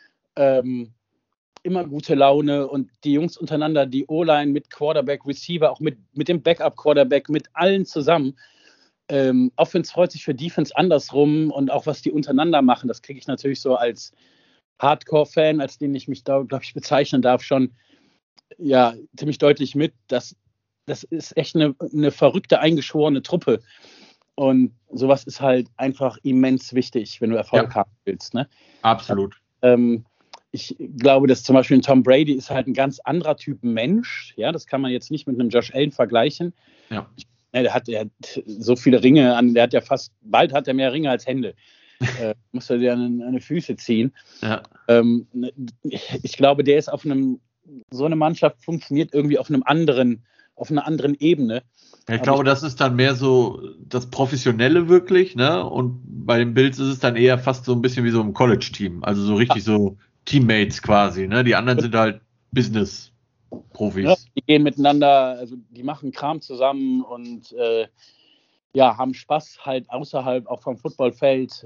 immer gute Laune und die Jungs untereinander, die O-Line mit Quarterback, Receiver, auch mit dem Backup-Quarterback, mit allen zusammen. Offense freut sich für Defense andersrum und auch was die untereinander machen, das kriege ich natürlich so als Hardcore-Fan, als den ich mich da, glaube ich, bezeichnen darf, schon ja ziemlich deutlich mit. Das ist echt eine verrückte, eingeschworene Truppe. Und sowas ist halt einfach immens wichtig, wenn du Erfolg haben willst. Ne? Absolut. Ich glaube, dass zum Beispiel ein Tom Brady ist halt ein ganz anderer Typ Mensch. Ja, das kann man jetzt nicht mit einem Josh Allen vergleichen. Ja. Der hat so viele Ringe an, bald hat er mehr Ringe als Hände. Muss er dir an die Füße ziehen. Ja. Ich glaube, der ist so eine Mannschaft funktioniert irgendwie auf einer anderen Ebene. Ja, ich glaube, das ist dann mehr so das Professionelle wirklich, ne? Und bei den Bills ist es dann eher fast so ein bisschen wie so ein College-Team. Also so richtig so Teammates quasi, ne? Die anderen sind halt Business-Profis. Ja, die gehen miteinander, also die machen Kram zusammen und haben Spaß halt außerhalb auch vom Footballfeld.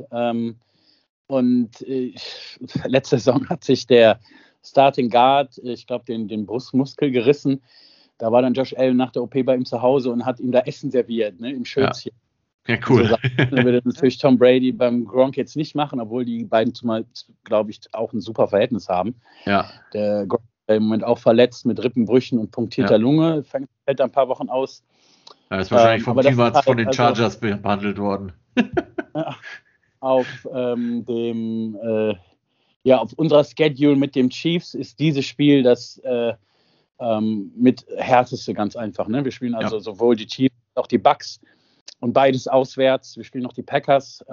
Letzte Saison hat sich der Starting Guard, ich glaube, den Brustmuskel gerissen. Da war dann Josh Allen nach der OP bei ihm zu Hause und hat ihm da Essen serviert, ne, im Schürzchen. Ja, cool. So würde natürlich Tom Brady beim Gronk jetzt nicht machen, obwohl die beiden zumal, glaube ich, auch ein super Verhältnis haben. Ja. Der Gronk ist im Moment auch verletzt mit Rippenbrüchen und punktierter Lunge, fällt da ein paar Wochen aus. Ja, ist wahrscheinlich vom Teamarzt von den Chargers behandelt worden. Auf auf unserer Schedule mit dem Chiefs ist dieses Spiel das mit härteste ganz einfach. Ne? Wir spielen also sowohl die Chiefs als auch die Bucks und beides auswärts. Wir spielen noch die Packers.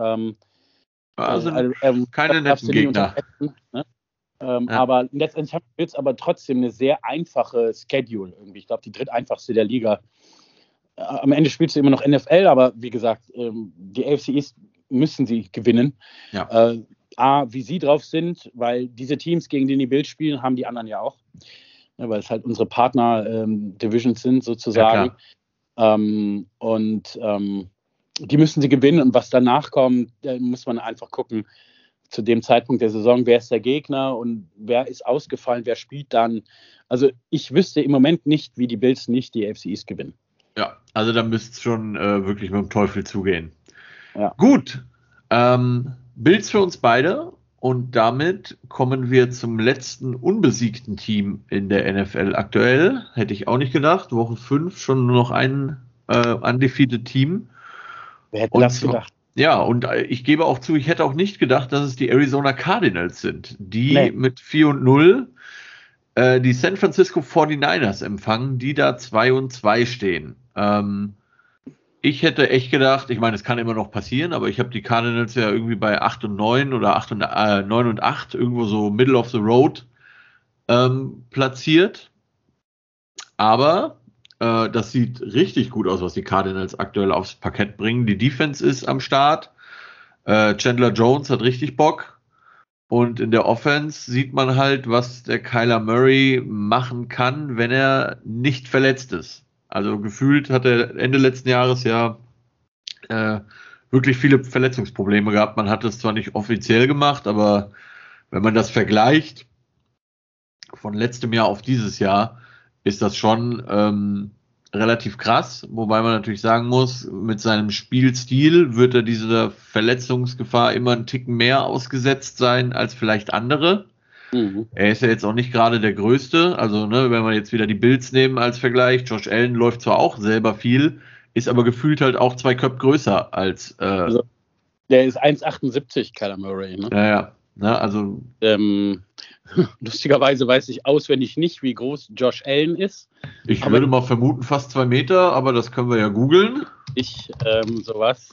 Keine netten Gegner. Ne? Aber letztendlich haben wir jetzt aber trotzdem eine sehr einfache Schedule irgendwie. Ich glaube, die dritteinfachste der Liga. Am Ende spielst du immer noch NFL, aber wie gesagt, die AFC East müssen sie gewinnen. Ja. Wie sie drauf sind, weil diese Teams, gegen die Bills spielen, haben die anderen ja auch. Ja, weil es halt unsere Partner-Divisions sind sozusagen. Ja, die müssen sie gewinnen und was danach kommt, da muss man einfach gucken, zu dem Zeitpunkt der Saison, wer ist der Gegner und wer ist ausgefallen, wer spielt dann. Also ich wüsste im Moment nicht, wie die Bills nicht die AFC East gewinnen. Ja, also da müsste es schon wirklich mit dem Teufel zugehen. Ja. Gut, Bills für uns beide und damit kommen wir zum letzten unbesiegten Team in der NFL aktuell. Hätte ich auch nicht gedacht. Woche 5 schon nur noch ein undefeated Team. Wer hätte das gedacht? Ja, und ich gebe auch zu, ich hätte auch nicht gedacht, dass es die Arizona Cardinals sind, die mit 4-0 die San Francisco 49ers empfangen, die da 2-2 stehen. Ich hätte echt gedacht, ich meine, es kann immer noch passieren, aber ich habe die Cardinals ja irgendwie bei 8-9 oder 9-8, irgendwo so Middle of the Road platziert. Aber das sieht richtig gut aus, was die Cardinals aktuell aufs Parkett bringen. Die Defense ist am Start. Chandler Jones hat richtig Bock. Und in der Offense sieht man halt, was der Kyler Murray machen kann, wenn er nicht verletzt ist. Also gefühlt hat er Ende letzten Jahres ja wirklich viele Verletzungsprobleme gehabt. Man hat es zwar nicht offiziell gemacht, aber wenn man das vergleicht von letztem Jahr auf dieses Jahr, ist das schon relativ krass. Wobei man natürlich sagen muss, mit seinem Spielstil wird er dieser Verletzungsgefahr immer einen Ticken mehr ausgesetzt sein als vielleicht andere. Mhm. Er ist ja jetzt auch nicht gerade der Größte. Also, ne, wenn wir jetzt wieder die Bills nehmen als Vergleich, Josh Allen läuft zwar auch selber viel, ist aber gefühlt halt auch 2 Köpfe größer als. Also, der ist 1,78, Kyler Murray. Ne? Ja. Ne, also. Lustigerweise weiß ich auswendig nicht, wie groß Josh Allen ist. Ich würde mal vermuten, fast 2 Meter, aber das können wir ja googeln. Sowas.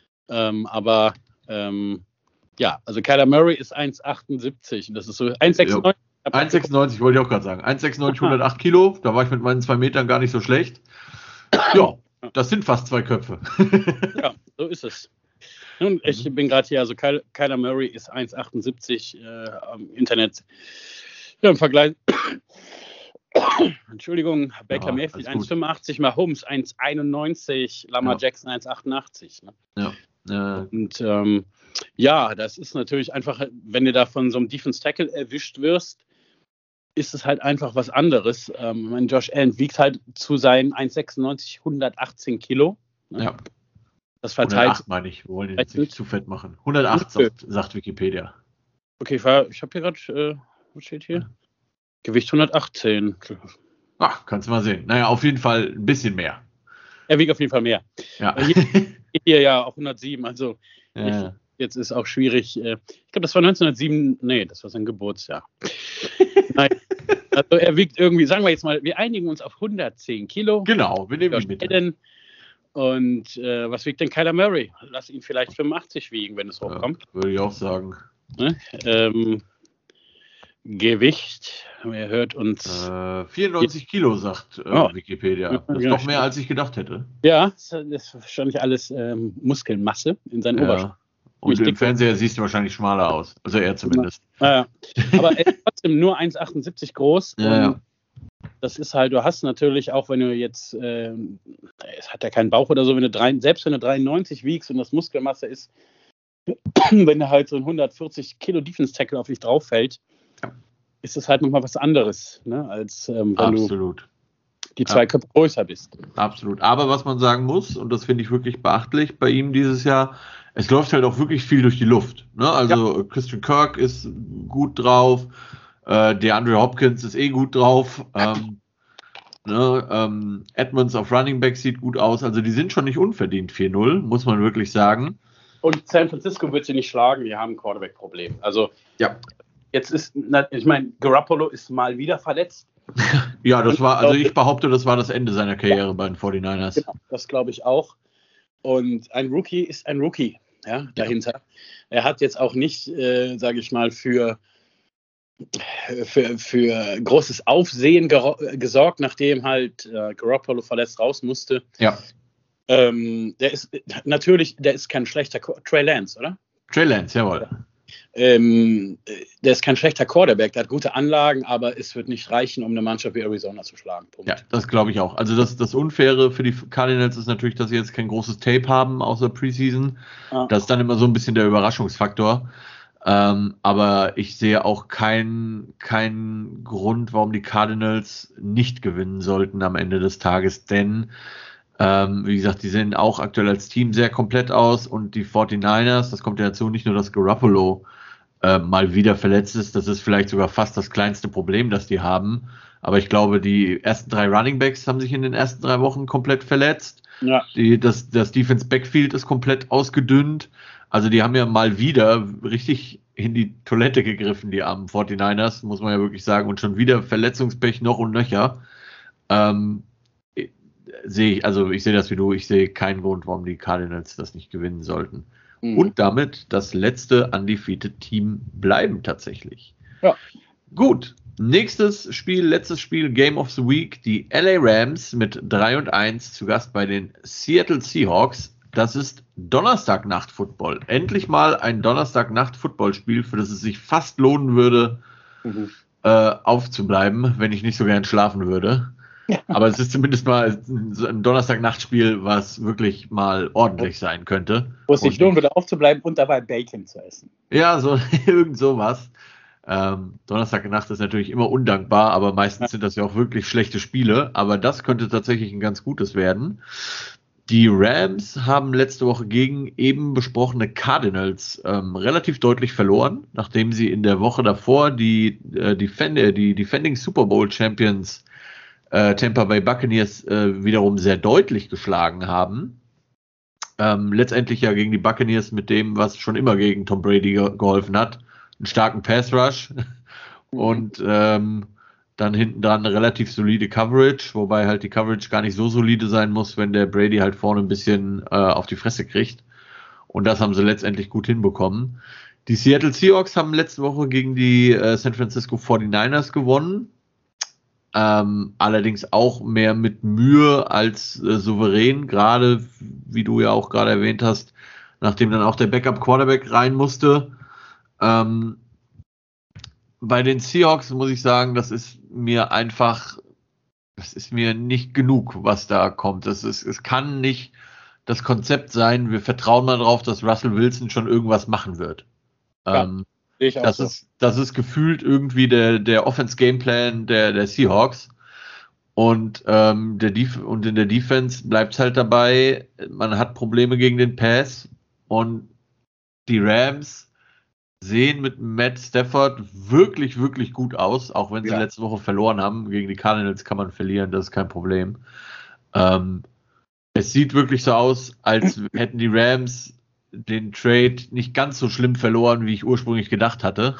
Ja, also Kyler Murray ist 1,78. Das ist so 1,96. Ja. 1,96 wollte ich auch gerade sagen. 1,96, 108 Kilo. Da war ich mit meinen 2 Metern gar nicht so schlecht. Ja, das sind fast 2 Köpfe. Ja, so ist es. Und ich bin gerade hier, also Kyler Murray ist 1,78 am Internet. Ja, im Vergleich. Entschuldigung, Baker Mayfield 1,85, Mahomes 1,91, Lamar Jackson 1,88. Ne? Ja. Und das ist natürlich einfach, wenn du da von so einem Defense Tackle erwischt wirst, ist es halt einfach was anderes. Mein Josh Allen wiegt halt zu seinen 1,96 118 Kilo. Ne? Ja. Das verteilt. 108 meine ich, wir wollen ihn jetzt nicht zu fett machen. 108 sagt Wikipedia. Okay, ich habe hier gerade, was steht hier? Gewicht 118. Ach, kannst du mal sehen. Naja, auf jeden Fall ein bisschen mehr. Er wiegt auf jeden Fall mehr. Ja. Hier ja auch 107, also jetzt ist auch schwierig. Ich glaube, das war 1907, nee, das war sein Geburtsjahr. Nein. Also er wiegt irgendwie, sagen wir jetzt mal, wir einigen uns auf 110 Kilo. Genau, wir nehmen ihn mit. Und was wiegt denn Kyler Murray? Lass ihn vielleicht 85 wiegen, wenn es hochkommt. Ja, würde ich auch sagen. Ne? Gewicht, er hört uns. 94 Kilo, sagt Wikipedia. Das ist doch mehr, als ich gedacht hätte. Ja, das ist wahrscheinlich alles Muskelmasse in seinen Oberschenkeln. Und im Fernseher siehst du wahrscheinlich schmaler aus. Also er zumindest. Ja. Aber er ist trotzdem nur 1,78 groß. Ja. Das ist halt, du hast natürlich auch, wenn du jetzt, es hat ja keinen Bauch oder so, selbst wenn du 93 wiegst und das Muskelmasse ist, wenn du halt so ein 140 Kilo Defense Tackle auf dich drauf fällt, ist das halt nochmal was anderes, ne, als wenn du die 2 Köpfe größer bist. Absolut. Aber was man sagen muss, und das finde ich wirklich beachtlich bei ihm dieses Jahr, es läuft halt auch wirklich viel durch die Luft. Ne? Also Christian Kirk ist gut drauf, DeAndre Hopkins ist gut drauf. Edmonds auf Running Back sieht gut aus. Also die sind schon nicht unverdient 4-0, muss man wirklich sagen. Und San Francisco wird sie nicht schlagen, die haben ein Quarterback-Problem. Also jetzt ist, ich meine, Garoppolo ist mal wieder verletzt. Ja, ich behaupte, das war das Ende seiner Karriere bei den 49ers. Genau, das glaube ich auch. Und ein Rookie ist ein Rookie, dahinter. Ja. Er hat jetzt auch nicht, sage ich mal, für großes Aufsehen gesorgt, nachdem halt Garoppolo verletzt raus musste. Ja. Der ist kein schlechter Trey Lance, oder? Trey Lance, jawohl. Der ist kein schlechter Quarterback, der hat gute Anlagen, aber es wird nicht reichen, um eine Mannschaft wie Arizona zu schlagen. Punkt. Ja, das glaube ich auch. Also das Unfaire für die Cardinals ist natürlich, dass sie jetzt kein großes Tape haben außer Preseason. Das ist dann immer so ein bisschen der Überraschungsfaktor. Aber ich sehe auch keinen Grund, warum die Cardinals nicht gewinnen sollten am Ende des Tages, denn Wie gesagt, die sehen auch aktuell als Team sehr komplett aus und die 49ers, das kommt ja dazu, nicht nur, dass Garoppolo mal wieder verletzt ist, das ist vielleicht sogar fast das kleinste Problem, das die haben. Aber ich glaube, die ersten 3 Runningbacks haben sich in den ersten 3 Wochen komplett verletzt. Ja. Das Defense Backfield ist komplett ausgedünnt. Also die haben ja mal wieder richtig in die Toilette gegriffen, die armen 49ers, muss man ja wirklich sagen. Und schon wieder Verletzungspech noch und nöcher. Ich sehe das wie du, ich sehe keinen Grund, warum die Cardinals das nicht gewinnen sollten. Und damit das letzte undefeated Team bleiben tatsächlich. Ja. Gut, letztes Spiel, Game of the Week, die LA Rams mit 3-1 zu Gast bei den Seattle Seahawks. Das ist Donnerstagnacht-Football. Endlich mal ein Donnerstagnacht-Football-Spiel, für das es sich fast lohnen würde, aufzubleiben, wenn ich nicht so gern schlafen würde. Aber es ist zumindest mal ein Donnerstag-Nachtspiel, was wirklich mal ordentlich sein könnte. Wo es sich lohnen würde, aufzubleiben und dabei Bacon zu essen. Ja, so irgend sowas. Donnerstagnacht ist natürlich immer undankbar, aber meistens sind das ja auch wirklich schlechte Spiele. Aber das könnte tatsächlich ein ganz gutes werden. Die Rams haben letzte Woche gegen eben besprochene Cardinals relativ deutlich verloren, nachdem sie in der Woche davor die Defending Super Bowl Champions Tampa Bay Buccaneers wiederum sehr deutlich geschlagen haben. Letztendlich ja gegen die Buccaneers mit dem, was schon immer gegen Tom Brady geholfen hat, einen starken Pass Rush und dann hinten dran eine relativ solide Coverage, wobei halt die Coverage gar nicht so solide sein muss, wenn der Brady halt vorne ein bisschen auf die Fresse kriegt. Und das haben sie letztendlich gut hinbekommen. Die Seattle Seahawks haben letzte Woche gegen die San Francisco 49ers gewonnen. Allerdings auch mehr mit Mühe als souverän, gerade wie du ja auch gerade erwähnt hast, nachdem dann auch der Backup-Quarterback rein musste. Bei den Seahawks muss ich sagen, das ist mir nicht genug, was da kommt. Es kann nicht das Konzept sein, wir vertrauen mal drauf, dass Russell Wilson schon irgendwas machen wird. Das ist gefühlt irgendwie der Offense-Gameplan der Seahawks. Und in der Defense bleibt es halt dabei, man hat Probleme gegen den Pass und die Rams sehen mit Matt Stafford wirklich, wirklich gut aus, auch wenn sie letzte Woche verloren haben. Gegen die Cardinals kann man verlieren, das ist kein Problem. Es sieht wirklich so aus, als hätten die Rams den Trade nicht ganz so schlimm verloren, wie ich ursprünglich gedacht hatte.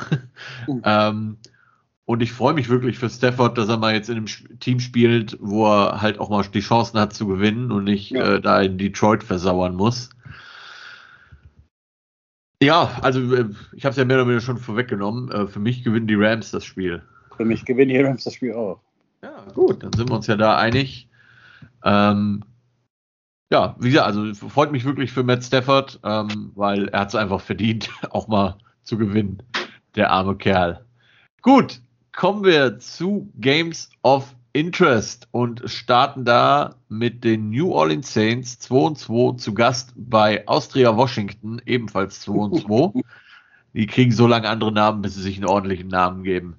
Und ich freue mich wirklich für Stafford, dass er mal jetzt in einem Team spielt, wo er halt auch mal die Chancen hat zu gewinnen und nicht da in Detroit versauern muss. Ja, also ich habe es ja mehr oder weniger schon vorweggenommen. Für mich gewinnen die Rams das Spiel. Für mich gewinnen die Rams das Spiel auch. Ja, gut, dann sind wir uns ja da einig. Ja, wie gesagt, also freut mich wirklich für Matt Stafford, weil er hat es einfach verdient, auch mal zu gewinnen, der arme Kerl. Gut, kommen wir zu Games of Interest und starten da mit den New Orleans Saints 2-2 zu Gast bei Austria Washington, ebenfalls 2-2. Die kriegen so lange andere Namen, bis sie sich einen ordentlichen Namen geben.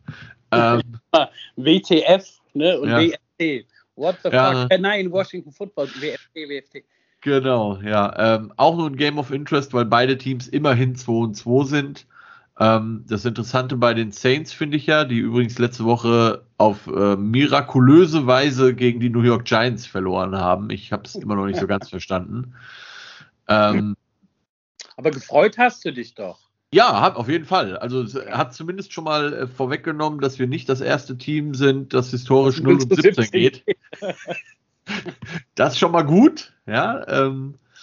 WTF, ne, und WFT. What the Ja. fuck? Nein, Washington Football, WFT. Genau, ja. Auch nur ein Game of Interest, weil beide Teams immerhin 2-2 sind. Das Interessante bei den Saints finde ich ja, die übrigens letzte Woche auf mirakulöse Weise gegen die New York Giants verloren haben. Ich habe es immer noch nicht so ganz verstanden. Aber gefreut hast du dich doch. Ja, auf jeden Fall. Also es hat zumindest schon mal vorweggenommen, dass wir nicht das erste Team sind, das historisch 0-17 geht. Das ist schon mal gut, ja.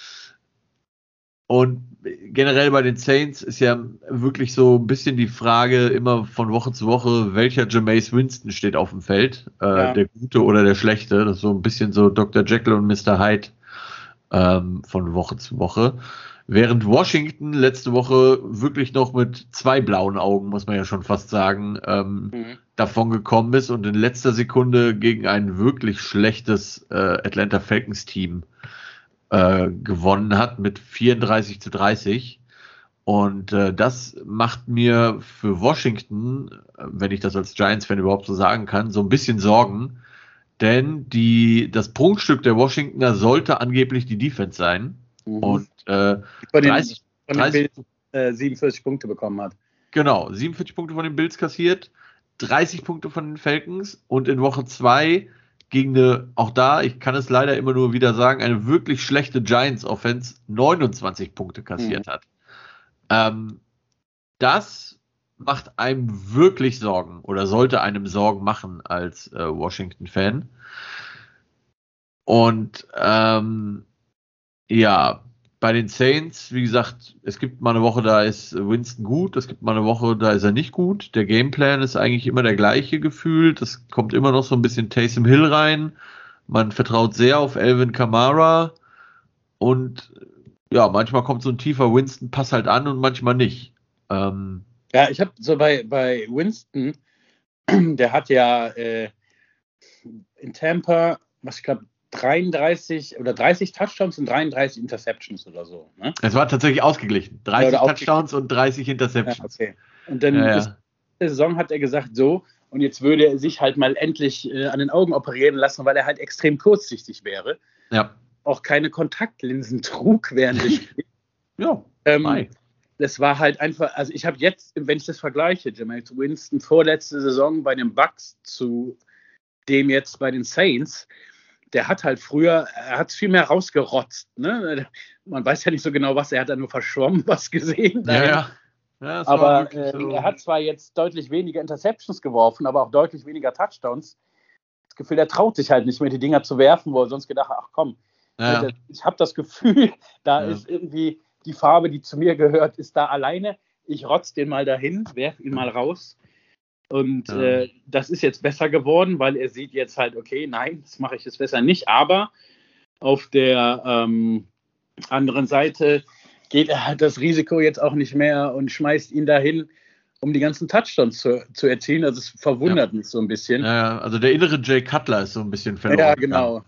Und generell bei den Saints ist ja wirklich so ein bisschen die Frage immer von Woche zu Woche, welcher Jameis Winston steht auf dem Feld, der Gute oder der Schlechte. Das ist so ein bisschen so Dr. Jekyll und Mr. Hyde von Woche zu Woche. Während Washington letzte Woche wirklich noch mit 2 blauen Augen, muss man ja schon fast sagen, davon gekommen ist und in letzter Sekunde gegen ein wirklich schlechtes Atlanta Falcons Team gewonnen hat mit 34-30. Und das macht mir für Washington, wenn ich das als Giants-Fan überhaupt so sagen kann, so ein bisschen Sorgen, Denn das Prunkstück der Washingtoner sollte angeblich die Defense sein. Und von den Bills 47 Punkte bekommen hat. Genau, 47 Punkte von den Bills kassiert, 30 Punkte von den Falcons und in Woche 2 gegen auch da, ich kann es leider immer nur wieder sagen, eine wirklich schlechte Giants-Offense 29 Punkte kassiert hat. Das macht einem wirklich Sorgen oder sollte einem Sorgen machen als Washington-Fan. Und bei den Saints, wie gesagt, es gibt mal eine Woche, da ist Winston gut, es gibt mal eine Woche, da ist er nicht gut. Der Gameplan ist eigentlich immer der gleiche gefühlt. Es kommt immer noch so ein bisschen Taysom Hill rein. Man vertraut sehr auf Alvin Kamara. Und ja, manchmal kommt so ein tiefer Winston-Pass halt an und manchmal nicht. Ja, ich habe so bei Winston, der hat ja in Tampa, was ich glaube, 30 Touchdowns und 33 Interceptions oder so. Ne? Es war tatsächlich ausgeglichen. 30 Touchdowns und 30 Interceptions. Ja, okay. Und dann ist der Saison hat er gesagt, so, und jetzt würde er sich halt mal endlich an den Augen operieren lassen, weil er halt extrem kurzsichtig wäre. Ja. Auch keine Kontaktlinsen trug während des Spiels. Ja, das war halt einfach, also ich habe jetzt, wenn ich das vergleiche, Jameis Winston vorletzte Saison bei den Bucks zu dem jetzt bei den Saints, der hat halt früher, er hat viel mehr rausgerotzt. Ne? Man weiß ja nicht so genau, was, er hat da nur verschwommen, was gesehen. Ja, aber so. Er hat zwar jetzt deutlich weniger Interceptions geworfen, aber auch deutlich weniger Touchdowns. Das Gefühl, er traut sich halt nicht mehr, die Dinger zu werfen, wo er sonst gedacht hat, ach komm, ich habe das Gefühl, da ist irgendwie die Farbe, die zu mir gehört, ist da alleine. Ich rotz den mal dahin, werf ihn mal raus. Und das ist jetzt besser geworden, weil er sieht jetzt halt, okay, nein, das mache ich jetzt besser nicht. Aber auf der anderen Seite geht er halt das Risiko jetzt auch nicht mehr und schmeißt ihn dahin, um die ganzen Touchdowns zu erzielen. Also es verwundert mich so ein bisschen. Ja, also der innere Jay Cutler ist so ein bisschen verloren. Ja, genau.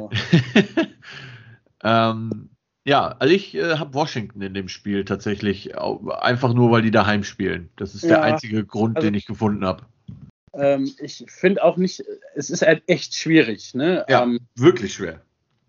Also ich habe Washington in dem Spiel tatsächlich, einfach nur, weil die daheim spielen. Das ist der einzige Grund, den ich gefunden habe. Ich finde auch nicht, es ist halt echt schwierig. Ne? Ja, wirklich schwer.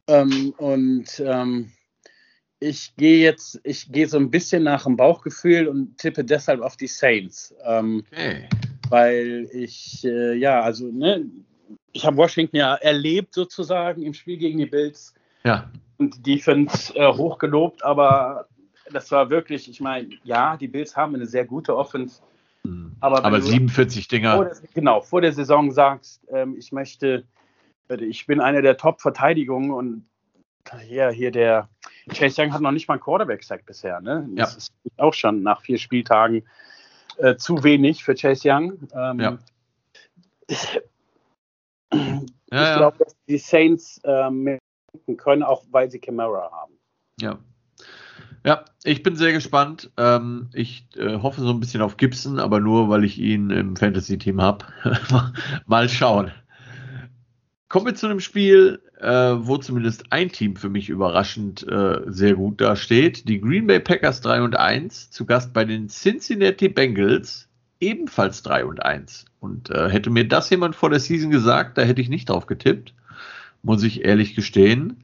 Ich gehe so ein bisschen nach dem Bauchgefühl und tippe deshalb auf die Saints. Weil ich, ich habe Washington ja erlebt sozusagen im Spiel gegen die Bills. Ja. Und die Defense hochgelobt, aber das war wirklich, ich meine, ja, die Bills haben eine sehr gute Offense. Aber 47 Dinger. Vor der Saison sagst, ich bin eine der Top-Verteidigungen und hier der Chase Young hat noch nicht mal einen Quarterback-Sack bisher. Ne? Das ist auch schon nach 4 Spieltagen zu wenig für Chase Young. Ich glaube, dass die Saints können, auch weil sie Kamara haben. Ja, ich bin sehr gespannt. Ich hoffe so ein bisschen auf Gibson, aber nur, weil ich ihn im Fantasy-Team habe. Mal schauen. Kommen wir zu einem Spiel, wo zumindest ein Team für mich überraschend sehr gut dasteht. Die Green Bay Packers 3-1, zu Gast bei den Cincinnati Bengals, ebenfalls 3-1. Und hätte mir das jemand vor der Season gesagt, da hätte ich nicht drauf getippt, muss ich ehrlich gestehen.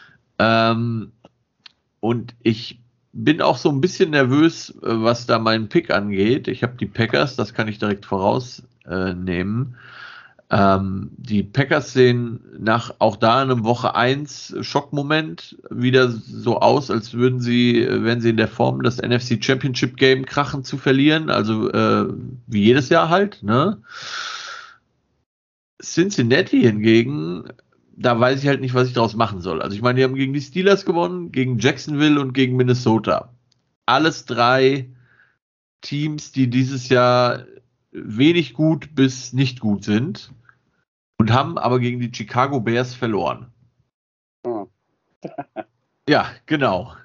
Und ich bin auch so ein bisschen nervös, was da meinen Pick angeht. Ich habe die Packers, das kann ich direkt vorausnehmen. Die Packers sehen nach auch da einem Woche 1 Schockmoment wieder so aus, als wären sie in der Form, das NFC Championship Game krachen zu verlieren. Also wie jedes Jahr halt. Ne? Cincinnati hingegen, da weiß ich halt nicht, was ich daraus machen soll. Also ich meine, die haben gegen die Steelers gewonnen, gegen Jacksonville und gegen Minnesota. Alles 3 Teams, die dieses Jahr wenig gut bis nicht gut sind und haben aber gegen die Chicago Bears verloren. Ja, genau.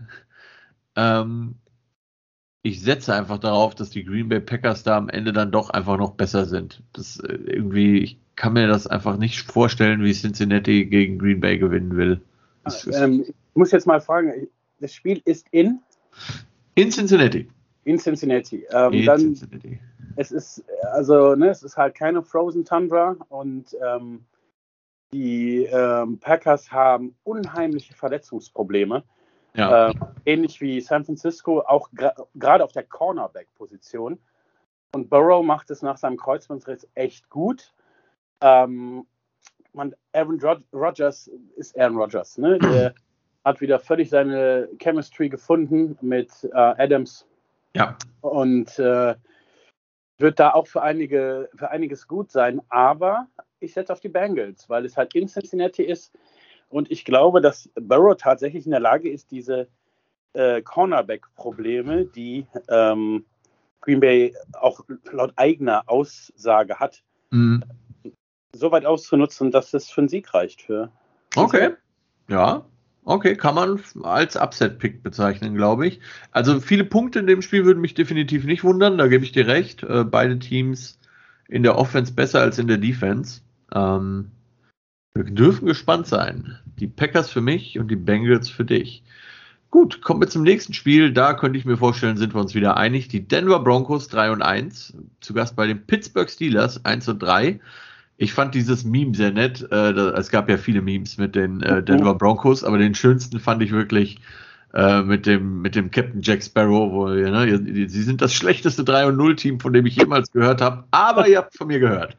Ich setze einfach darauf, dass die Green Bay Packers da am Ende dann doch einfach noch besser sind. Ich kann mir das einfach nicht vorstellen, wie Cincinnati gegen Green Bay gewinnen will. Ich muss jetzt mal fragen, das Spiel ist in Cincinnati. Cincinnati. Cincinnati. Es ist, also, es ist halt keine Frozen Tundra und Die Packers haben unheimliche Verletzungsprobleme. Ja. Ähnlich wie San Francisco, auch gerade auf der Cornerback-Position. Und Burrow macht es nach seinem Kreuzbandriss echt gut. Aaron Rodgers ist Aaron Rodgers. Ne? Der hat wieder völlig seine Chemistry gefunden mit Adams. Ja. Und wird da auch für einiges gut sein. Aber ich setze auf die Bengals, weil es halt in Cincinnati ist. Und ich glaube, dass Burrow tatsächlich in der Lage ist, diese Cornerback-Probleme, die Green Bay auch laut eigener Aussage hat, so weit auszunutzen, dass es für einen Sieg reicht. Okay, ja. Okay, kann man als Upset-Pick bezeichnen, glaube ich. Also viele Punkte in dem Spiel würden mich definitiv nicht wundern, da gebe ich dir recht. Beide Teams in der Offense besser als in der Defense. Wir dürfen gespannt sein. Die Packers für mich und die Bengals für dich. Gut, kommen wir zum nächsten Spiel. Da könnte ich mir vorstellen, sind wir uns wieder einig. Die Denver Broncos 3-1, zu Gast bei den Pittsburgh Steelers 1-3. Ich fand dieses Meme sehr nett. Es gab ja viele Memes mit den Denver Broncos, aber den schönsten fand ich wirklich mit dem Captain Jack Sparrow, wo sie sind das schlechteste 3-0-Team, von dem ich jemals gehört habe, aber ihr habt von mir gehört.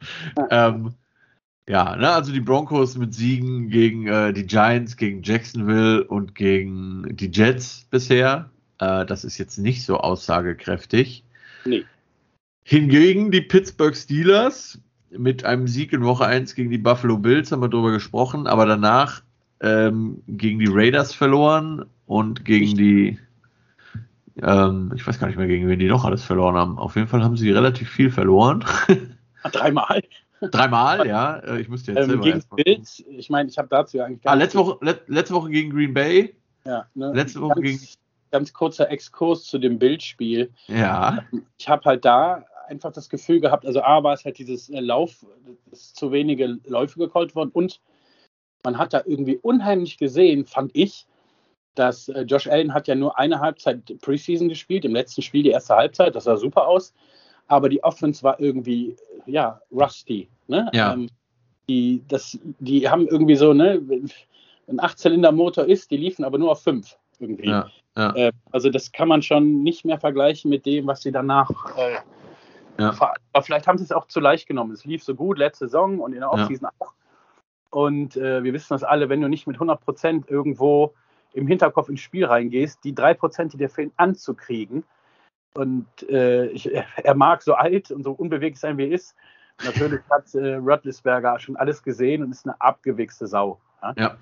Also die Broncos mit Siegen gegen die Giants, gegen Jacksonville und gegen die Jets bisher. Das ist jetzt nicht so aussagekräftig. Nee. Hingegen die Pittsburgh Steelers mit einem Sieg in Woche 1 gegen die Buffalo Bills, haben wir drüber gesprochen, aber danach gegen die Raiders verloren und gegen die, ich weiß gar nicht mehr, gegen wen die noch alles verloren haben. Auf jeden Fall haben sie relativ viel verloren. 3-mal. 3-mal, ja. Ich müsste jetzt selber gegen Bills, ich meine, ich habe dazu ja eigentlich letzte Woche gegen Green Bay. Ja, ne, letzte Woche ganz kurzer Exkurs zu dem Bills-Spiel. Ja. Ich habe halt da einfach das Gefühl gehabt, also A war es halt dieses Lauf, es zu wenige Läufe gecallt worden und man hat da irgendwie unheimlich gesehen, fand ich, dass Josh Allen hat ja nur eine Halbzeit Preseason gespielt, im letzten Spiel die erste Halbzeit, das sah super aus, aber die Offense war irgendwie, rusty. Ne? Ja. Die haben irgendwie so, ne, ein 8-Zylinder-Motor ist, die liefen aber nur auf 5 irgendwie. Ja. Also das kann man schon nicht mehr vergleichen mit dem, was sie danach aber vielleicht haben sie es auch zu leicht genommen. Es lief so gut letzte Saison und in der Offseason auch. Und wir wissen das alle, wenn du nicht mit 100% irgendwo im Hinterkopf ins Spiel reingehst, die 3%, die dir fehlen, anzukriegen. Und er mag so alt und so unbeweglich sein, wie er ist. Natürlich hat Roethlisberger schon alles gesehen und ist eine abgewichste Sau. Ja.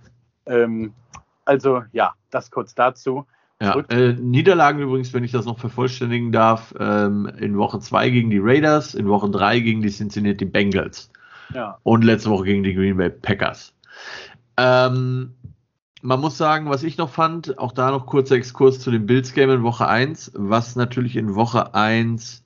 Das kurz dazu. Ja, Niederlagen übrigens, wenn ich das noch vervollständigen darf, in Woche 2 gegen die Raiders, in Woche 3 gegen die Cincinnati Bengals und letzte Woche gegen die Green Bay Packers. Man muss sagen, was ich noch fand, auch da noch kurzer Exkurs zu dem Bills-Game in Woche 1, was natürlich in Woche 1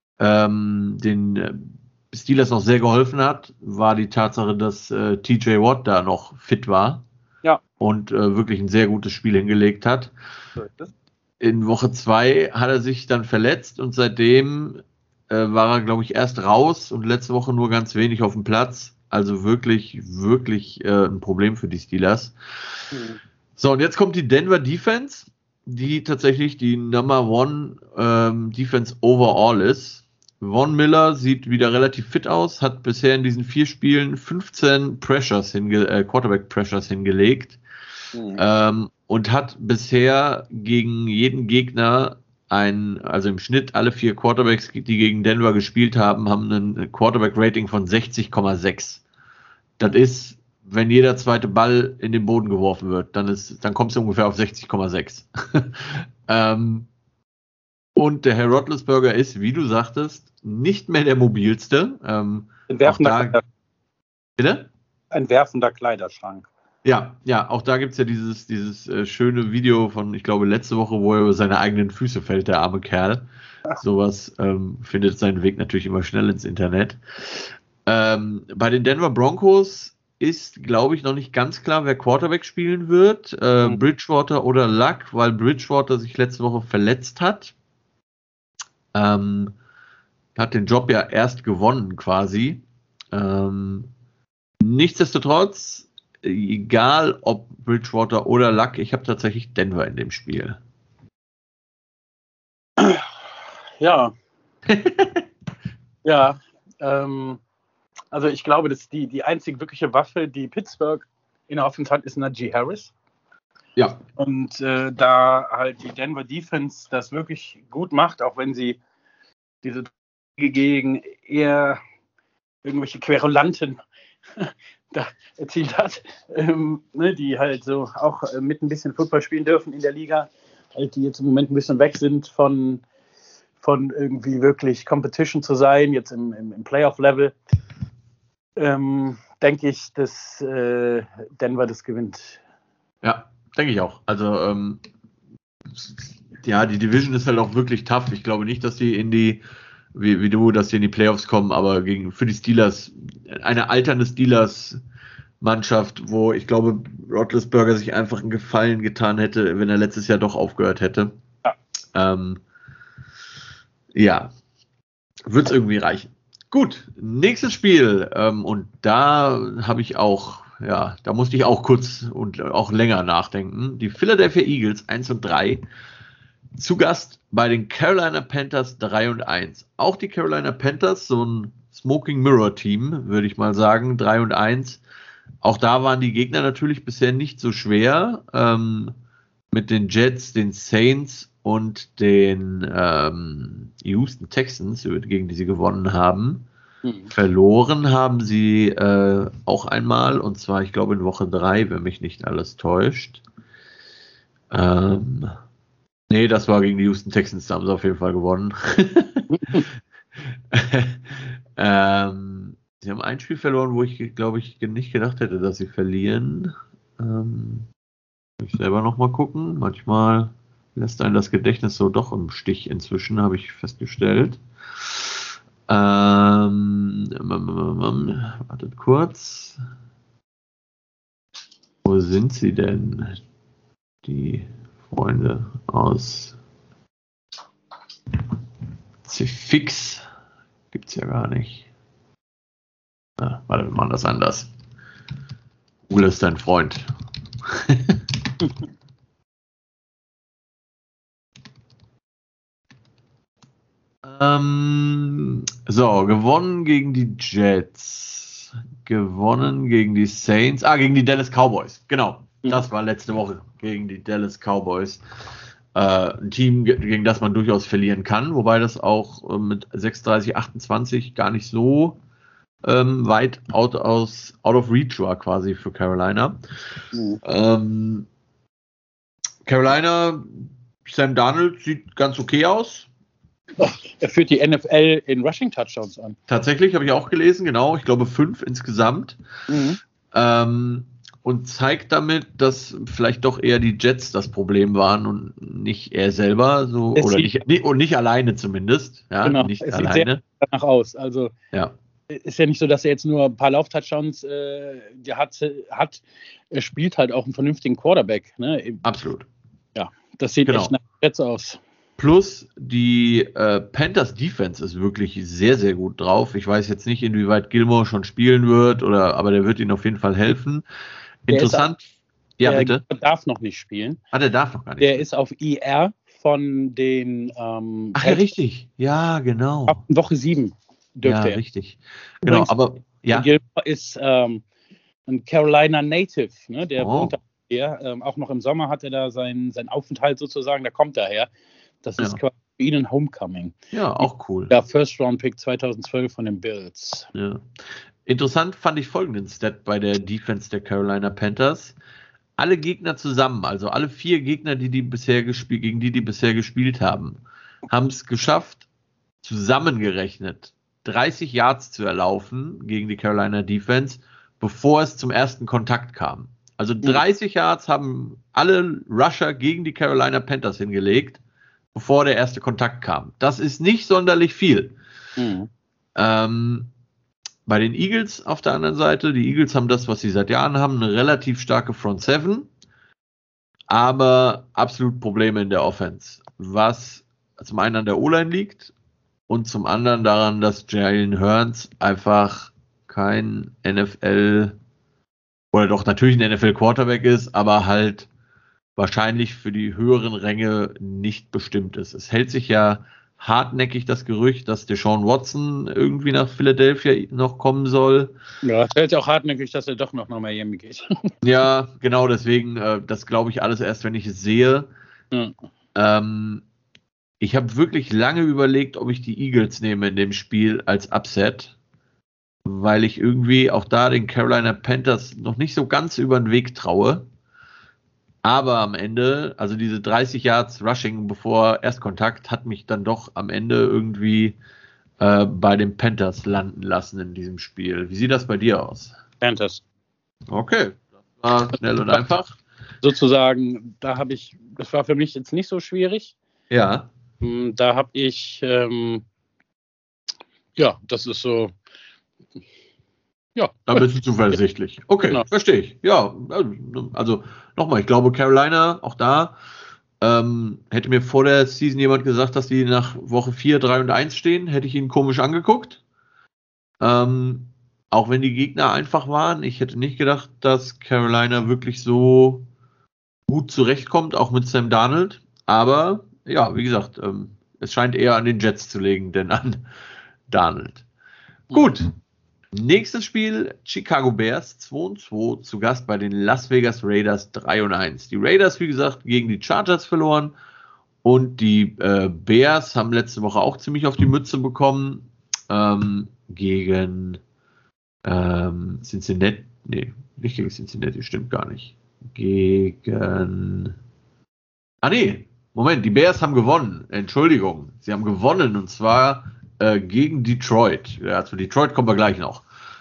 den Steelers noch sehr geholfen hat, war die Tatsache, dass TJ Watt da noch fit war. Ja. Und wirklich ein sehr gutes Spiel hingelegt hat. In Woche 2 hat er sich dann verletzt und seitdem war er, glaube ich, erst raus und letzte Woche nur ganz wenig auf dem Platz. Also wirklich, wirklich ein Problem für die Steelers. So, und jetzt kommt die Denver Defense, die tatsächlich die Number One Defense overall ist. Von Miller sieht wieder relativ fit aus, hat bisher in diesen 4 Spielen 15 Quarterback-Pressures hingelegt. Und hat bisher gegen jeden Gegner also im Schnitt alle 4 Quarterbacks, die gegen Denver gespielt haben, haben ein Quarterback-Rating von 60,6. Das ist, wenn jeder zweite Ball in den Boden geworfen wird, dann kommst du ungefähr auf 60,6. Und der Herr Roethlisberger ist, wie du sagtest, nicht mehr der mobilste. Ein werfender Kleiderschrank. Ja, auch da gibt es ja dieses schöne Video von, ich glaube, letzte Woche, wo er über seine eigenen Füße fällt, der arme Kerl. Sowas findet seinen Weg natürlich immer schnell ins Internet. Bei den Denver Broncos ist, glaube ich, noch nicht ganz klar, wer Quarterback spielen wird. Bridgewater oder Luck, weil Bridgewater sich letzte Woche verletzt hat. Hat den Job ja erst gewonnen quasi. Nichtsdestotrotz, egal ob Bridgewater oder Luck, ich habe tatsächlich Denver in dem Spiel. Ja. Ja. Also ich glaube, dass die einzige wirkliche Waffe, die Pittsburgh in der Offense hat, ist Najee Harris. Ja. Und da halt die Denver Defense das wirklich gut macht, auch wenn sie diese gegen eher irgendwelche Querulanten da erzielt hat, die halt so auch mit ein bisschen Football spielen dürfen in der Liga, halt die jetzt im Moment ein bisschen weg sind von irgendwie wirklich Competition zu sein, jetzt im Playoff-Level, denke ich, dass Denver das gewinnt. Ja, denke ich auch. Also, ja, die Division ist halt auch wirklich tough. Ich glaube nicht, dass die wie du, dass die in die Playoffs kommen, aber für die Steelers, eine alternde Steelers-Mannschaft, wo ich glaube, Roethlisberger sich einfach einen Gefallen getan hätte, wenn er letztes Jahr doch aufgehört hätte. Ja, wird es irgendwie reichen. Gut, nächstes Spiel. Und da habe ich auch, da musste ich auch kurz und auch länger nachdenken. Die Philadelphia Eagles 1-3. Zu Gast bei den Carolina Panthers 3-1. Auch die Carolina Panthers, so ein Smoking Mirror Team, würde ich mal sagen, 3-1. Auch da waren die Gegner natürlich bisher nicht so schwer. Mit den Jets, den Saints und den Houston Texans, gegen die sie gewonnen haben. Verloren haben sie auch einmal, und zwar, ich glaube, in Woche 3, wenn mich nicht alles täuscht. Nee, das war gegen die Houston Texans, da haben sie auf jeden Fall gewonnen. Sie haben ein Spiel verloren, wo ich, glaube ich, nicht gedacht hätte, dass sie verlieren. Ich selber nochmal gucken. Manchmal lässt einen das Gedächtnis so doch im Stich inzwischen, habe ich festgestellt. Wartet kurz. Wo sind sie denn? Die Freunde aus Cfix gibt's ja gar nicht. Warte, wir machen das anders. Google ist dein Freund. So, gewonnen gegen die Jets. Gewonnen gegen die Saints. Gegen die Dallas Cowboys. Genau. Das war letzte Woche gegen die Dallas Cowboys. Ein Team, gegen das man durchaus verlieren kann, wobei das auch mit 36-28 gar nicht so weit out of reach war quasi für Carolina. Carolina, Sam Darnold sieht ganz okay aus. Er führt die NFL in Rushing Touchdowns an. Tatsächlich, habe ich auch gelesen, genau. Ich glaube 5 insgesamt. Und zeigt damit, dass vielleicht doch eher die Jets das Problem waren und nicht er selber, nicht alleine zumindest. Ja, genau, nicht es alleine. sieht sehr danach aus. Also ist ja nicht so, dass er jetzt nur ein paar Lauf-Touchdowns hat. Er spielt halt auch einen vernünftigen Quarterback. Ne? Absolut. Ja, das sieht echt nach Jets aus. Plus die Panthers Defense ist wirklich sehr, sehr gut drauf. Ich weiß jetzt nicht, inwieweit Gilmore schon spielen wird, aber der wird ihnen auf jeden Fall helfen. Interessant. Bitte. Der darf noch nicht spielen. Der darf noch gar nicht. Der ist auf IR von den ja, richtig. Ja, genau. Ab Woche 7 dürfte er. Richtig. Genau, übrigens, aber Gilmore ist ein Carolina Native, ne? Der wohnt da hier. Auch noch im Sommer hat er da seinen Aufenthalt sozusagen, da kommt er her. Das ist quasi für ihn ein Homecoming. Ja, auch cool. Der First-Round-Pick 2012 von den Bills. Ja. Interessant fand ich folgenden Stat bei der Defense der Carolina Panthers. Alle Gegner zusammen, also alle 4 Gegner, gegen die bisher gespielt haben, haben es geschafft, zusammengerechnet 30 Yards zu erlaufen gegen die Carolina Defense, bevor es zum ersten Kontakt kam. Also 30 Yards haben alle Rusher gegen die Carolina Panthers hingelegt, bevor der erste Kontakt kam. Das ist nicht sonderlich viel. Bei den Eagles auf der anderen Seite, die Eagles haben das, was sie seit Jahren haben, eine relativ starke Front 7, aber absolut Probleme in der Offense, was zum einen an der O-Line liegt und zum anderen daran, dass Jalen Hurts einfach kein NFL oder doch natürlich ein NFL-Quarterback ist, aber halt wahrscheinlich für die höheren Ränge nicht bestimmt ist. Es hält sich ja hartnäckig das Gerücht, dass Deshaun Watson irgendwie nach Philadelphia noch kommen soll. Ja, es hält ja auch hartnäckig, dass er doch noch nach Miami geht. Ja, genau, deswegen, das glaube ich alles erst, wenn ich es sehe. Ich habe wirklich lange überlegt, ob ich die Eagles nehme in dem Spiel als Upset, weil ich irgendwie auch da den Carolina Panthers noch nicht so ganz über den Weg traue. Aber am Ende, also diese 30 Yards Rushing bevor Erstkontakt, hat mich dann doch am Ende irgendwie bei den Panthers landen lassen in diesem Spiel. Wie sieht das bei dir aus? Panthers. Okay, das war schnell und einfach. Sozusagen, das war für mich jetzt nicht so schwierig. Ja. Da habe ich, das ist so, ja. Da bist du zuversichtlich. Okay, genau. Verstehe ich. Ja, also nochmal, ich glaube Carolina, auch da, hätte mir vor der Season jemand gesagt, dass die nach Woche 4, 3 und 1 stehen, hätte ich ihn komisch angeguckt. Auch wenn die Gegner einfach waren. Ich hätte nicht gedacht, dass Carolina wirklich so gut zurechtkommt, auch mit Sam Darnold. Aber ja, wie gesagt, es scheint eher an den Jets zu liegen, denn an Darnold. Gut. Nächstes Spiel, Chicago Bears 2-2 zu Gast bei den Las Vegas Raiders 3-1. Die Raiders, wie gesagt, gegen die Chargers verloren und die Bears haben letzte Woche auch ziemlich auf die Mütze bekommen gegen Cincinnati. Nee, nicht gegen Cincinnati, stimmt gar nicht. Moment, die Bears haben gewonnen. Entschuldigung, sie haben gewonnen und zwar gegen Detroit. Ja, zu Detroit kommen wir gleich noch.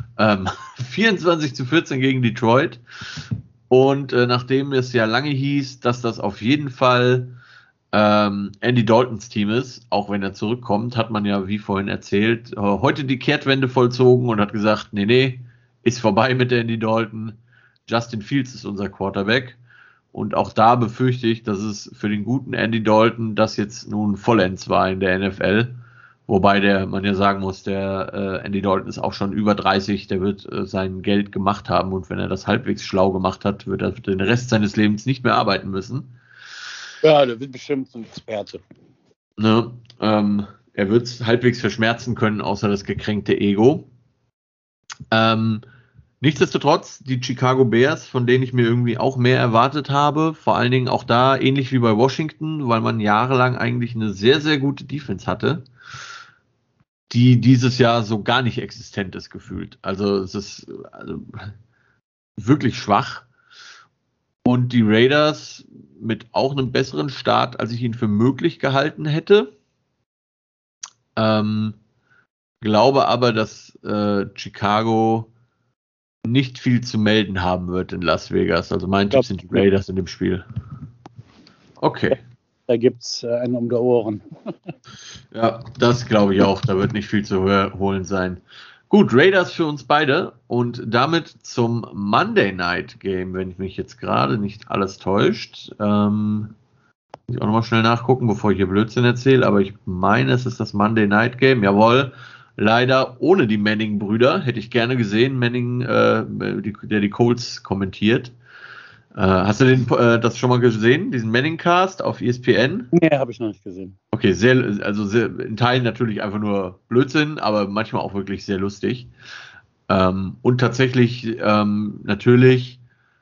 24-14 gegen Detroit. Und nachdem es ja lange hieß, dass das auf jeden Fall Andy Daltons Team ist, auch wenn er zurückkommt, hat man ja, wie vorhin erzählt, heute die Kehrtwende vollzogen und hat gesagt, nee, ist vorbei mit Andy Dalton. Justin Fields ist unser Quarterback. Und auch da befürchte ich, dass es für den guten Andy Dalton das jetzt nun vollends war in der NFL. Wobei man ja sagen muss, der Andy Dalton ist auch schon über 30, der wird sein Geld gemacht haben und wenn er das halbwegs schlau gemacht hat, wird er den Rest seines Lebens nicht mehr arbeiten müssen. Ja, der wird bestimmt ein Experte. Ne? Er wird es halbwegs verschmerzen können, außer das gekränkte Ego. Nichtsdestotrotz, die Chicago Bears, von denen ich mir irgendwie auch mehr erwartet habe, vor allen Dingen auch da ähnlich wie bei Washington, weil man jahrelang eigentlich eine sehr, sehr gute Defense hatte, die dieses Jahr so gar nicht existent ist gefühlt. Also es ist wirklich schwach. Und die Raiders mit auch einem besseren Start, als ich ihn für möglich gehalten hätte. Glaube aber, dass Chicago nicht viel zu melden haben wird in Las Vegas. Also mein Tipp sind die Raiders in dem Spiel. Okay. Da gibt es einen um die Ohren. Ja, das glaube ich auch. Da wird nicht viel zu holen sein. Gut, Raiders für uns beide. Und damit zum Monday Night Game, wenn ich mich jetzt gerade nicht alles täuscht. Muss ich auch nochmal schnell nachgucken, bevor ich hier Blödsinn erzähle. Aber ich meine, es ist das Monday Night Game. Jawohl. Leider ohne die Manning-Brüder. Hätte ich gerne gesehen. Manning, der die Colts kommentiert. Hast du das schon mal gesehen? Diesen Manning-Cast auf ESPN? Nee, habe ich noch nicht gesehen. Okay, sehr, in Teilen natürlich einfach nur Blödsinn, aber manchmal auch wirklich sehr lustig. Und tatsächlich natürlich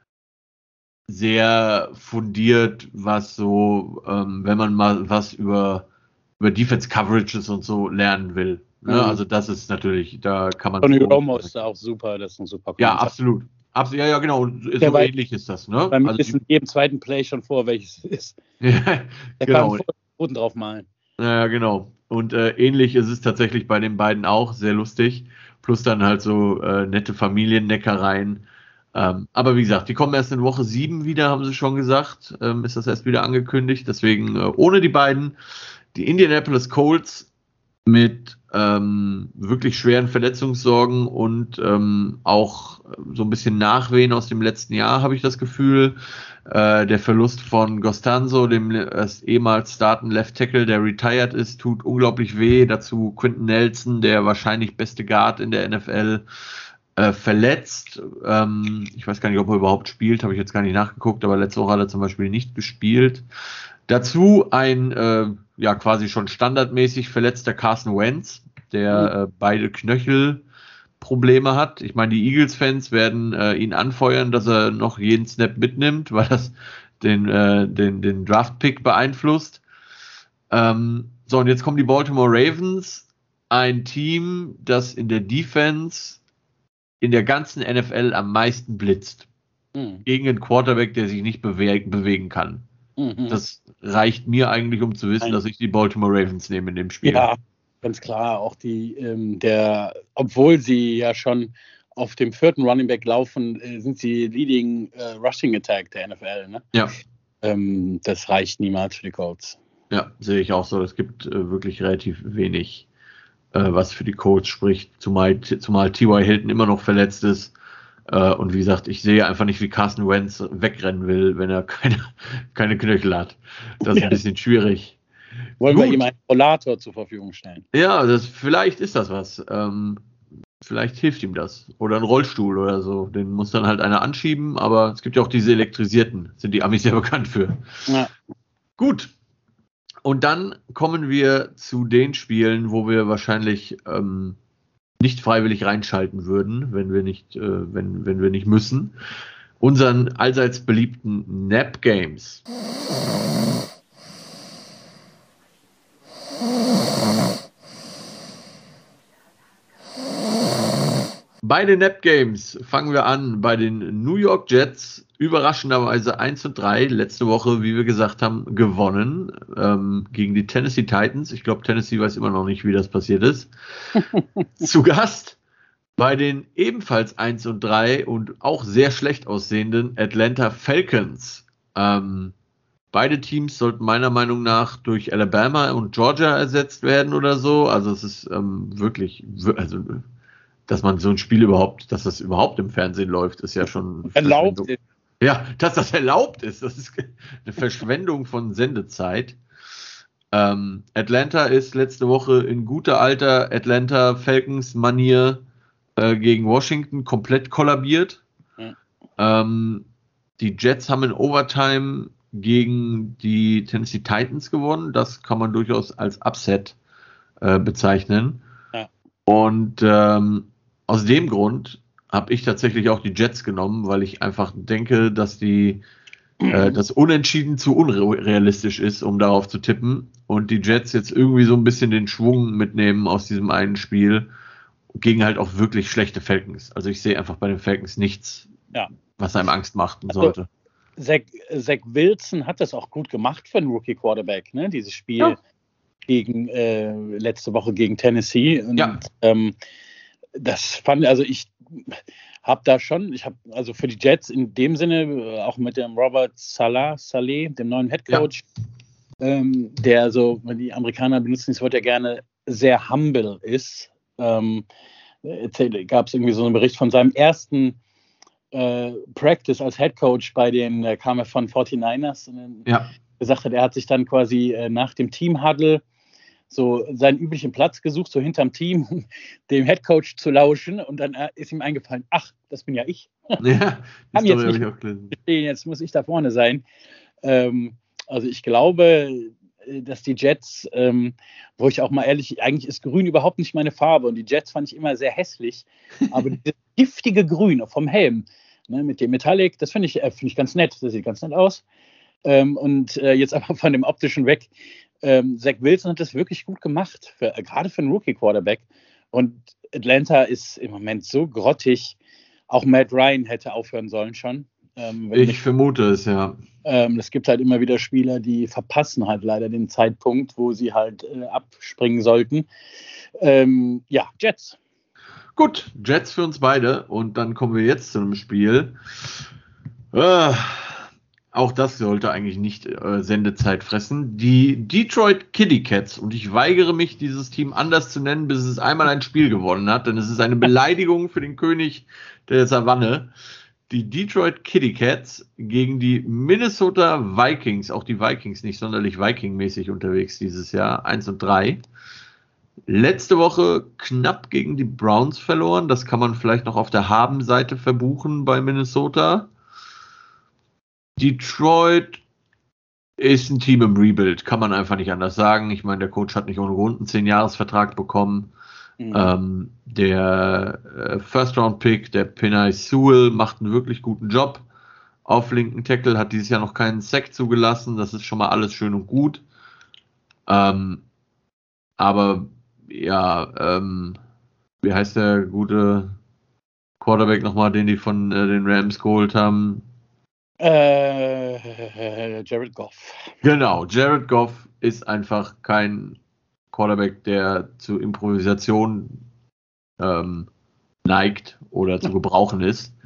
sehr fundiert, was so, wenn man mal was über Defense Coverages und so lernen will. Ne? Also das ist natürlich, da kann man... Tony Romo ist da auch super, das ist ein super Kommentar. Ja, absolut. Ja, genau. So ähnlich ist das. Ne? Wir wissen in jedem zweiten Play schon vor, welches es ist. Ja, der kann Boden drauf malen. Ja, genau. Und ähnlich ist es tatsächlich bei den beiden auch, sehr lustig. Plus dann halt so nette Familienneckereien. Aber wie gesagt, die kommen erst in Woche 7 wieder, haben sie schon gesagt. Ist das erst wieder angekündigt. Deswegen ohne die beiden. Die Indianapolis Colts mit wirklich schweren Verletzungssorgen und auch so ein bisschen Nachwehen aus dem letzten Jahr, habe ich das Gefühl. Der Verlust von Costanzo, dem ehemals starten Left Tackle, der retired ist, tut unglaublich weh. Dazu Quentin Nelson, der wahrscheinlich beste Guard in der NFL. verletzt. Ich weiß gar nicht, ob er überhaupt spielt, habe ich jetzt gar nicht nachgeguckt, aber letzte Woche hat er zum Beispiel nicht gespielt. Dazu ein quasi schon standardmäßig verletzter Carson Wentz, der beide Knöchelprobleme hat. Ich meine, die Eagles-Fans werden ihn anfeuern, dass er noch jeden Snap mitnimmt, weil das den Draft-Pick beeinflusst. So, und jetzt kommen die Baltimore Ravens, ein Team, das in der Defense in der ganzen NFL am meisten blitzt. Gegen einen Quarterback, der sich nicht bewegen kann. Das reicht mir eigentlich, um zu wissen, dass ich die Baltimore Ravens nehme in dem Spiel. Ja, ganz klar. Auch obwohl sie ja schon auf dem 4. Running Back laufen, sind sie Leading Rushing Attack der NFL. Ne? Ja. Das reicht niemals für die Colts. Ja, sehe ich auch so. Es gibt wirklich relativ wenig, was für die Colts spricht, zumal T.Y. Hilton immer noch verletzt ist. Und wie gesagt, ich sehe einfach nicht, wie Carson Wentz wegrennen will, wenn er keine Knöchel hat. Das ist ein bisschen schwierig. Wollen wir ihm einen Rollator zur Verfügung stellen? Ja, vielleicht ist das was. Vielleicht hilft ihm das. Oder ein Rollstuhl oder so. Den muss dann halt einer anschieben, aber es gibt ja auch diese elektrisierten, sind die Amis sehr bekannt für. Ja. Gut. Und dann kommen wir zu den Spielen, wo wir wahrscheinlich nicht freiwillig reinschalten würden, wenn wir nicht müssen. Unseren allseits beliebten Nap Games. Bei den Nap Games fangen wir an bei den New York Jets, überraschenderweise 1-3, letzte Woche, wie wir gesagt haben, gewonnen gegen die Tennessee Titans. Ich glaube, Tennessee weiß immer noch nicht, wie das passiert ist. Zu Gast bei den ebenfalls 1-3 und auch sehr schlecht aussehenden Atlanta Falcons. Beide Teams sollten meiner Meinung nach durch Alabama und Georgia ersetzt werden oder so. Also es ist wirklich, dass man so ein Spiel dass das überhaupt im Fernsehen läuft, ist ja schon erlaubt. Ja, dass das erlaubt ist, das ist eine Verschwendung von Sendezeit. Atlanta ist letzte Woche in guter alter Atlanta Falcons Manier gegen Washington komplett kollabiert. Die Jets haben in Overtime gegen die Tennessee Titans gewonnen. Das kann man durchaus als Upset bezeichnen. Ja. Und aus dem Grund habe ich tatsächlich auch die Jets genommen, weil ich einfach denke, dass das Unentschieden zu unrealistisch ist, um darauf zu tippen. Und die Jets jetzt irgendwie so ein bisschen den Schwung mitnehmen aus diesem einen Spiel gegen halt auch wirklich schlechte Falcons. Also ich sehe einfach bei den Falcons nichts, was einem Angst machen sollte. Zach Wilson hat das auch gut gemacht für einen Rookie-Quarterback, ne? Dieses Spiel gegen letzte Woche gegen Tennessee. Und, das fand, also ich habe also für die Jets in dem Sinne, auch mit dem Robert Saleh, dem neuen Headcoach, der so, die Amerikaner benutzen das Wort ja gerne, sehr humble ist. Gab es irgendwie so einen Bericht von seinem ersten Practice als Headcoach kam er von 49ers und gesagt hat, er hat sich dann quasi nach dem Team-Huddle so seinen üblichen Platz gesucht, so hinterm Team, um dem Headcoach zu lauschen. Und dann ist ihm eingefallen, ach, das bin ja ich. Ja, kann jetzt nicht stehen, jetzt muss ich da vorne sein. Also ich glaube, dass die Jets, wo ich auch mal ehrlich, eigentlich ist Grün überhaupt nicht meine Farbe. Und die Jets fand ich immer sehr hässlich. Aber dieses giftige Grün vom Helm, ne, mit dem Metallic, das finde ich ganz nett. Das sieht ganz nett aus. Und jetzt aber von dem optischen weg. Zach Wilson hat das wirklich gut gemacht, gerade für einen Rookie-Quarterback. Und Atlanta ist im Moment so grottig. Auch Matt Ryan hätte aufhören sollen schon. Ich vermute es, ja. Es gibt halt immer wieder Spieler, die verpassen halt leider den Zeitpunkt, wo sie halt abspringen sollten. Jets. Gut, Jets für uns beide. Und dann kommen wir jetzt zu einem Spiel. Auch das sollte eigentlich nicht Sendezeit fressen. Die Detroit Kitty Cats. Und ich weigere mich, dieses Team anders zu nennen, bis es einmal ein Spiel gewonnen hat. Denn es ist eine Beleidigung für den König der Savanne. Die Detroit Kitty Cats gegen die Minnesota Vikings. Auch die Vikings nicht sonderlich Viking-mäßig unterwegs dieses Jahr. 1-3. letzte Woche knapp gegen die Browns verloren. Das kann man vielleicht noch auf der Haben-Seite verbuchen bei Minnesota. Detroit ist ein Team im Rebuild, kann man einfach nicht anders sagen. Ich meine, der Coach hat nicht ohne Grund einen 10-Jahres-Vertrag bekommen. Der First-Round-Pick, der Penei Sewell, macht einen wirklich guten Job. Auf linken Tackle hat dieses Jahr noch keinen Sack zugelassen. Das ist schon mal alles schön und gut. Aber ja, wie heißt der gute Quarterback nochmal, den die von den Rams geholt haben? Jared Goff. Genau, Jared Goff ist einfach kein Quarterback, der zu Improvisation neigt oder zu gebrauchen ist.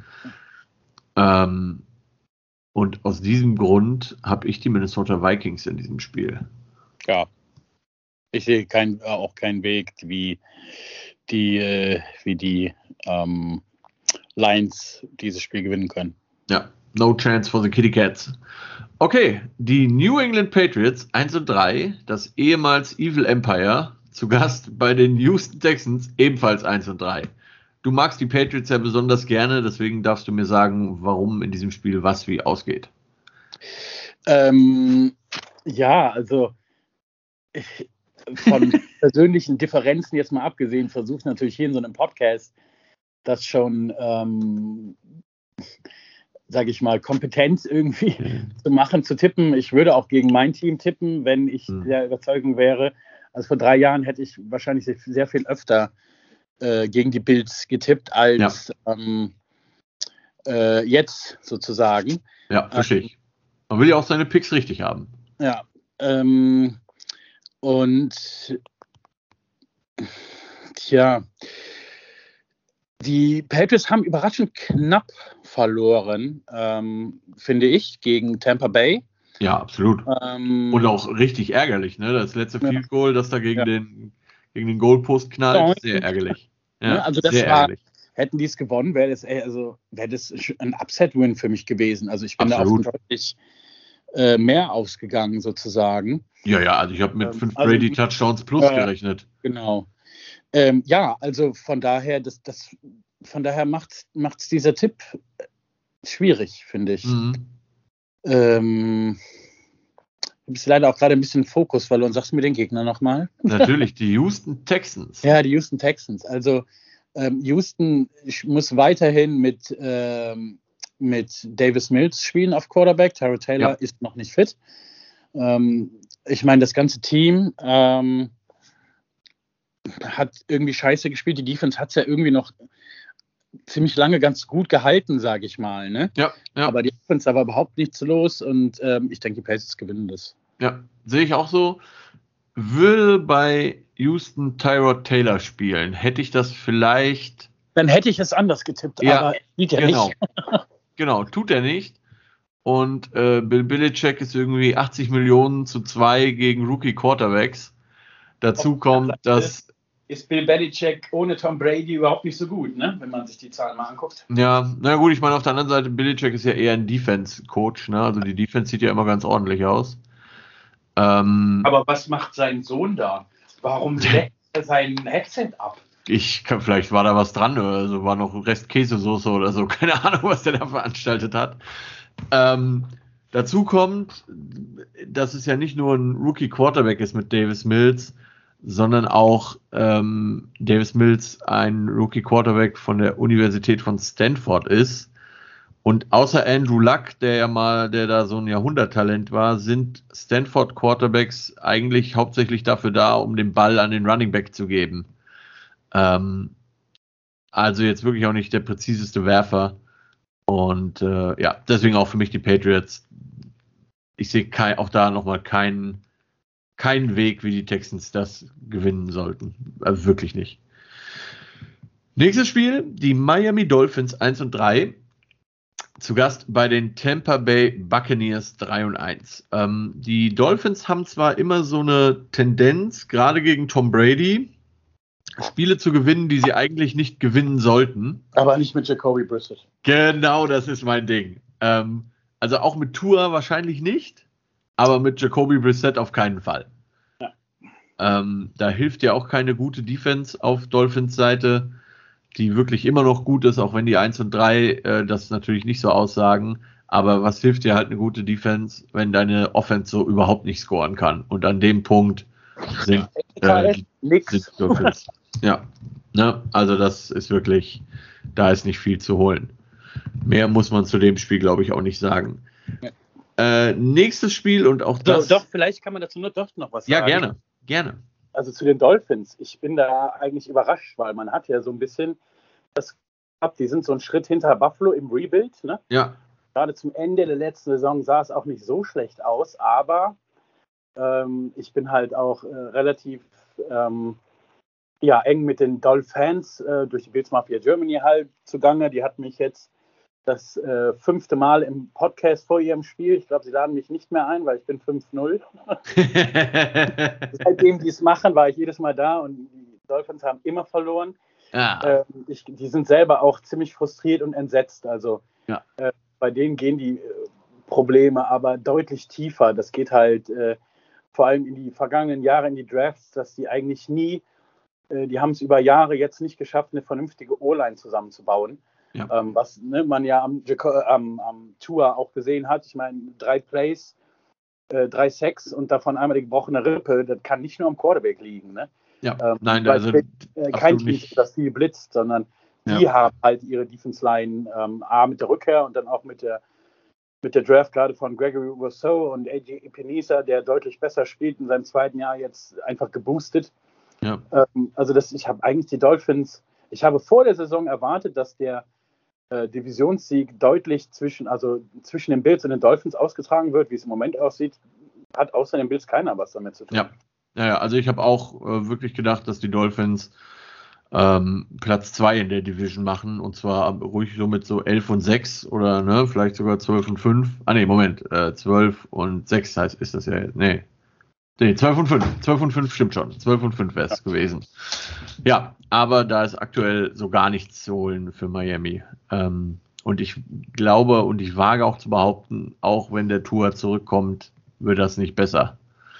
Und aus diesem Grund habe ich die Minnesota Vikings in diesem Spiel. Ja, ich sehe auch keinen Weg, wie die Lions dieses Spiel gewinnen können. Ja, no chance for the Kitty Cats. Okay, die New England Patriots 1-3, das ehemals Evil Empire, zu Gast bei den Houston Texans, ebenfalls 1-3. Du magst die Patriots ja besonders gerne, deswegen darfst du mir sagen, warum in diesem Spiel was wie ausgeht. Ja, also von persönlichen Differenzen jetzt mal abgesehen, versuche natürlich hier in so einem Podcast das schon, sage ich mal, kompetent irgendwie zu machen, zu tippen. Ich würde auch gegen mein Team tippen, wenn ich der Überzeugung wäre. Also vor 3 Jahren hätte ich wahrscheinlich sehr viel öfter gegen die Bills getippt als jetzt sozusagen. Ja, verstehe ich. Man will ja auch seine Picks richtig haben. Ja, und tja, die Patriots haben überraschend knapp verloren, finde ich, gegen Tampa Bay. Ja, absolut. Und auch richtig ärgerlich, ne? Das letzte Field Goal, das da gegen den Goalpost knallt, sehr ärgerlich. Ja, also das ärgerlich. Hätten die es gewonnen, wäre das ein Upset-Win für mich gewesen. Also ich bin da auch deutlich mehr ausgegangen sozusagen. Ja, also ich habe mit 5 Brady-Touchdowns plus gerechnet. Genau. Also von daher, macht's dieser Tipp schwierig, finde ich. Du bist leider auch gerade ein bisschen Fokus verloren. Sagst du mir den Gegner nochmal? Natürlich, die Houston Texans. Ja, die Houston Texans. Also Houston muss weiterhin mit Davis Mills spielen auf Quarterback. Tyrod Taylor ist noch nicht fit. Ich meine, das ganze Team hat irgendwie scheiße gespielt. Die Defense hat es ja irgendwie noch ziemlich lange ganz gut gehalten, sage ich mal. Ne? Ja. Aber die Offense, da war überhaupt nichts los und ich denke, die Pacers gewinnen das. Ja, sehe ich auch so. Würde bei Houston Tyrod Taylor spielen, hätte ich das vielleicht... Dann hätte ich es anders getippt, aber tut er nicht. Genau, tut er nicht. Und Bill Belichick ist irgendwie 80-2 gegen Rookie-Quarterbacks. Dazu kommt, dass... Ist Bill Belichick ohne Tom Brady überhaupt nicht so gut, ne? Wenn man sich die Zahlen mal anguckt. Ja, na gut, ich meine, auf der anderen Seite, Belichick ist ja eher ein Defense-Coach, ne? Also die Defense sieht ja immer ganz ordentlich aus. Aber was macht sein Sohn da? Warum leckt er sein Headset ab? Vielleicht war da was dran, also war noch Rest Käsesoße oder so, keine Ahnung, was der da veranstaltet hat. Dazu kommt, dass es ja nicht nur ein Rookie-Quarterback ist mit Davis Mills, sondern auch Davis Mills ein Rookie-Quarterback von der Universität von Stanford ist. Und außer Andrew Luck, der da so ein Jahrhunderttalent war, sind Stanford Quarterbacks eigentlich hauptsächlich dafür da, um den Ball an den Running Back zu geben. Also jetzt wirklich auch nicht der präziseste Werfer. Und deswegen auch für mich die Patriots. Ich sehe auch da nochmal keinen Weg, wie die Texans das gewinnen sollten. Also wirklich nicht. Nächstes Spiel, die Miami Dolphins 1-3. Zu Gast bei den Tampa Bay Buccaneers 3-1. Die Dolphins haben zwar immer so eine Tendenz, gerade gegen Tom Brady, Spiele zu gewinnen, die sie eigentlich nicht gewinnen sollten. Aber nicht mit Jacoby Brissett. Genau, das ist mein Ding. Also auch mit Tua wahrscheinlich nicht, aber mit Jacoby Brissett auf keinen Fall. Da hilft ja auch keine gute Defense auf Dolphins Seite, die wirklich immer noch gut ist, auch wenn die 1 und 3 das natürlich nicht so aussagen. Aber was hilft dir halt eine gute Defense, wenn deine Offense so überhaupt nicht scoren kann? Und an dem Punkt sind Dolphins. Ja, ne? Also das ist wirklich, da ist nicht viel zu holen. Mehr muss man zu dem Spiel, glaube ich, auch nicht sagen. Ja. Nächstes Spiel und auch das... Doch, vielleicht kann man dazu noch was sagen. Ja, gerne. Also zu den Dolphins. Ich bin da eigentlich überrascht, weil man hat ja so ein bisschen das gehabt, die sind so einen Schritt hinter Buffalo im Rebuild, ne? Ja. Gerade zum Ende der letzten Saison sah es auch nicht so schlecht aus, aber ich bin halt auch relativ eng mit den Dolphins durch die Bills Mafia Germany halt zugange. Die hat mich jetzt das 5. Mal im Podcast vor ihrem Spiel. Ich glaube, sie laden mich nicht mehr ein, weil ich bin 5-0. Seitdem die es machen, war ich jedes Mal da und die Dolphins haben immer verloren. Ja. Die sind selber auch ziemlich frustriert und entsetzt. Also ja. Bei denen gehen die Probleme aber deutlich tiefer. Das geht halt vor allem in die vergangenen Jahre in die Drafts, dass die eigentlich nie, die haben es über Jahre jetzt nicht geschafft, eine vernünftige O-Line zusammenzubauen. Ja. Was man ja am Tour auch gesehen hat. Ich meine, 3 Plays, 3 Sacks und davon einmal die gebrochene Rippe, das kann nicht nur am Quarterback liegen. Ne? Ja, nein, also kein Team, das viel blitzt, sondern die haben halt ihre Defense-Line A mit der Rückkehr und dann auch mit der Draft gerade von Gregory Rousseau und AJ Epenesa, der deutlich besser spielt in seinem 2. Jahr, jetzt einfach geboostet. Ja. Also ich habe eigentlich die Dolphins, ich habe vor der Saison erwartet, dass der Divisionssieg deutlich zwischen den Bills und den Dolphins ausgetragen wird. Wie es im Moment aussieht, hat außer den Bills keiner was damit zu tun. Ja, also ich habe auch wirklich gedacht, dass die Dolphins Platz 2 in der Division machen, und zwar ruhig so mit so 11-6 oder ne, vielleicht sogar 12-5. 12-6 heißt, ist das ja jetzt. Nee, 12-5. 12-5 stimmt schon. 12-5 wäre es gewesen. Ja, aber da ist aktuell so gar nichts zu holen für Miami. Und ich glaube und ich wage auch zu behaupten, auch wenn der Tua zurückkommt, wird das nicht besser.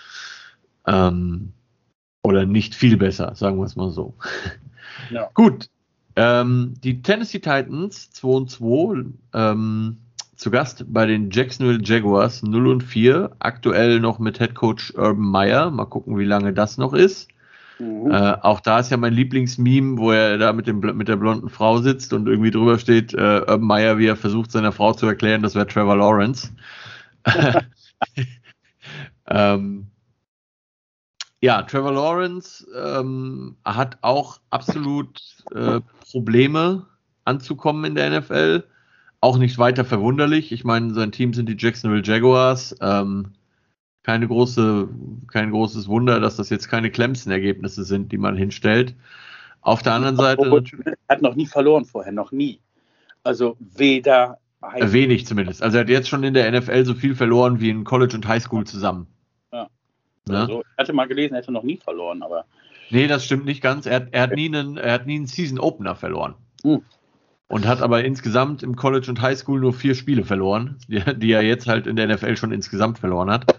Oder nicht viel besser, sagen wir es mal so. Ja. Gut. Die Tennessee Titans 2-2 zu Gast bei den Jacksonville Jaguars 0-4, aktuell noch mit Headcoach Urban Meyer. Mal gucken, wie lange das noch ist. Mhm. Auch da ist ja mein Lieblingsmeme, wo er da mit der blonden Frau sitzt und irgendwie drüber steht, Urban Meyer, wie er versucht, seiner Frau zu erklären, das wäre Trevor Lawrence. Ja, Trevor Lawrence hat auch absolut Probleme anzukommen in der NFL. Auch nicht weiter verwunderlich. Ich meine, sein Team sind die Jacksonville Jaguars. Kein großes Wunder, dass das jetzt keine Clemson-Ergebnisse sind, die man hinstellt. Auf der anderen Seite... Er hat noch nie verloren vorher, noch nie. Also weder... Wenig zumindest. Also er hat jetzt schon in der NFL so viel verloren wie in College und Highschool zusammen. Ja. Also, ich hatte mal gelesen, er hätte noch nie verloren, aber... Nee, das stimmt nicht ganz. Er hat nie einen Season-Opener verloren. Und hat aber insgesamt im College und Highschool nur 4 Spiele verloren, die er jetzt halt in der NFL schon insgesamt verloren hat.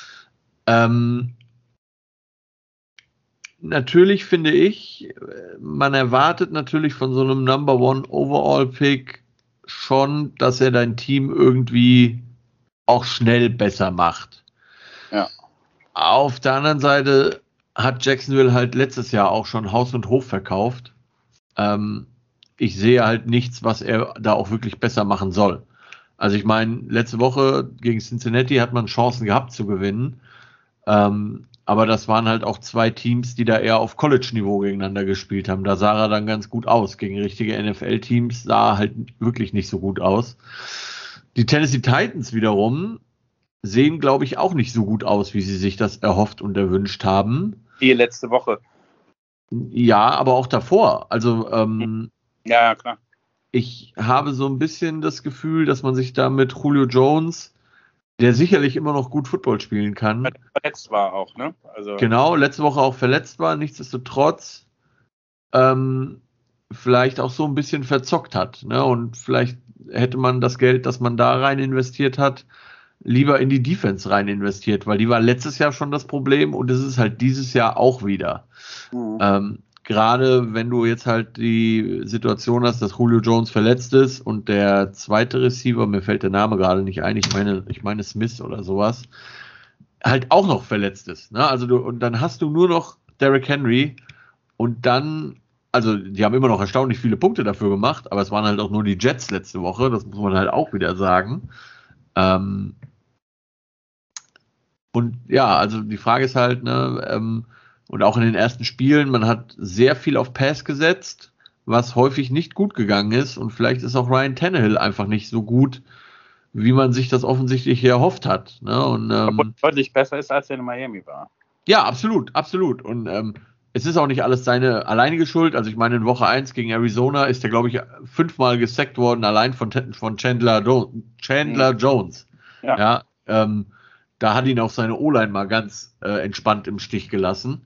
Natürlich finde ich, man erwartet natürlich von so einem Number One Overall Pick schon, dass er dein Team irgendwie auch schnell besser macht. Ja. Auf der anderen Seite hat Jacksonville halt letztes Jahr auch schon Haus und Hof verkauft. Ich sehe halt nichts, was er da auch wirklich besser machen soll. Also ich meine, letzte Woche gegen Cincinnati hat man Chancen gehabt zu gewinnen. Aber das waren halt auch 2 Teams, die da eher auf College-Niveau gegeneinander gespielt haben. Da sah er dann ganz gut aus. Gegen richtige NFL-Teams sah er halt wirklich nicht so gut aus. Die Tennessee Titans wiederum sehen, glaube ich, auch nicht so gut aus, wie sie sich das erhofft und erwünscht haben. Die letzte Woche. Ja, aber auch davor. Also, ja, klar. Ich habe so ein bisschen das Gefühl, dass man sich da mit Julio Jones, der sicherlich immer noch gut Football spielen kann. Verletzt war auch, ne? Also genau, letzte Woche auch verletzt war, nichtsdestotrotz vielleicht auch so ein bisschen verzockt hat. Ne? Und vielleicht hätte man das Geld, das man da rein investiert hat, lieber in die Defense rein investiert, weil die war letztes Jahr schon das Problem und es ist halt dieses Jahr auch wieder. Gerade wenn du jetzt halt die Situation hast, dass Julio Jones verletzt ist und der zweite Receiver, mir fällt der Name gerade nicht ein, ich meine Smith oder sowas, halt auch noch verletzt ist. Ne? Also und dann hast du nur noch Derrick Henry und dann, also die haben immer noch erstaunlich viele Punkte dafür gemacht, aber es waren halt auch nur die Jets letzte Woche, das muss man halt auch wieder sagen. Und ja, also die Frage ist halt, ne, und auch in den ersten Spielen, man hat sehr viel auf Pass gesetzt, was häufig nicht gut gegangen ist. Und vielleicht ist auch Ryan Tannehill einfach nicht so gut, wie man sich das offensichtlich hier erhofft hat. Ne? Und, obwohl deutlich besser ist, als er in Miami war. Ja, absolut, absolut. Und es ist auch nicht alles seine alleinige Schuld. Also ich meine, in Woche 1 gegen Arizona ist er, glaube ich, 5-mal gesackt worden, allein von Chandler Jones. Ja, da hat ihn auch seine O-Line mal ganz entspannt im Stich gelassen.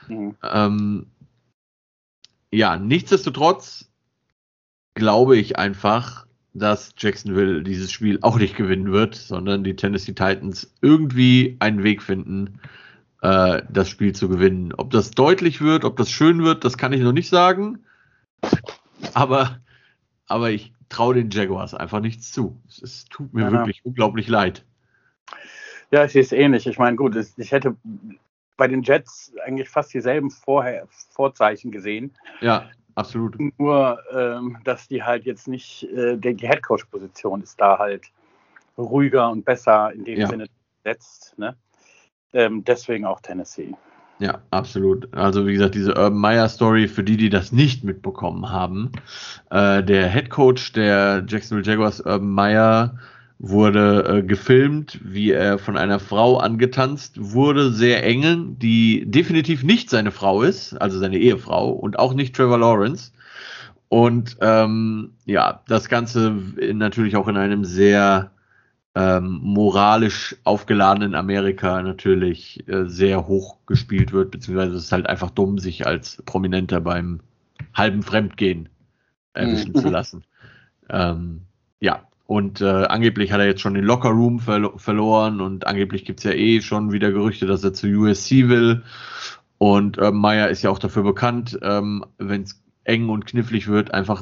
Ja, nichtsdestotrotz glaube ich einfach, dass Jacksonville dieses Spiel auch nicht gewinnen wird, sondern die Tennessee Titans irgendwie einen Weg finden, das Spiel zu gewinnen. Ob das deutlich wird, ob das schön wird, das kann ich noch nicht sagen. Aber ich traue den Jaguars einfach nichts zu. Es tut mir wirklich unglaublich leid. Ja, ich sehe es ähnlich. Ich meine, gut, ich hätte bei den Jets eigentlich fast dieselben Vorzeichen gesehen. Ja, absolut. Nur, dass die halt jetzt nicht, die Headcoach-Position ist da halt ruhiger und besser in dem Sinne besetzt. Ne? Deswegen auch Tennessee. Ja, absolut. Also wie gesagt, diese Urban Meyer Story, für die das nicht mitbekommen haben. Der Headcoach der Jacksonville Jaguars, Urban Meyer, wurde gefilmt, wie er von einer Frau angetanzt wurde, sehr eng, die definitiv nicht seine Frau ist, also seine Ehefrau und auch nicht Trevor Lawrence. Und das Ganze natürlich auch in einem sehr moralisch aufgeladenen Amerika natürlich sehr hoch gespielt wird, beziehungsweise es ist halt einfach dumm, sich als Prominenter beim halben Fremdgehen erwischen zu lassen. Und angeblich hat er jetzt schon den Lockerroom verloren und angeblich gibt es ja schon wieder Gerüchte, dass er zu USC will. Und Meyer ist ja auch dafür bekannt, wenn es eng und knifflig wird, einfach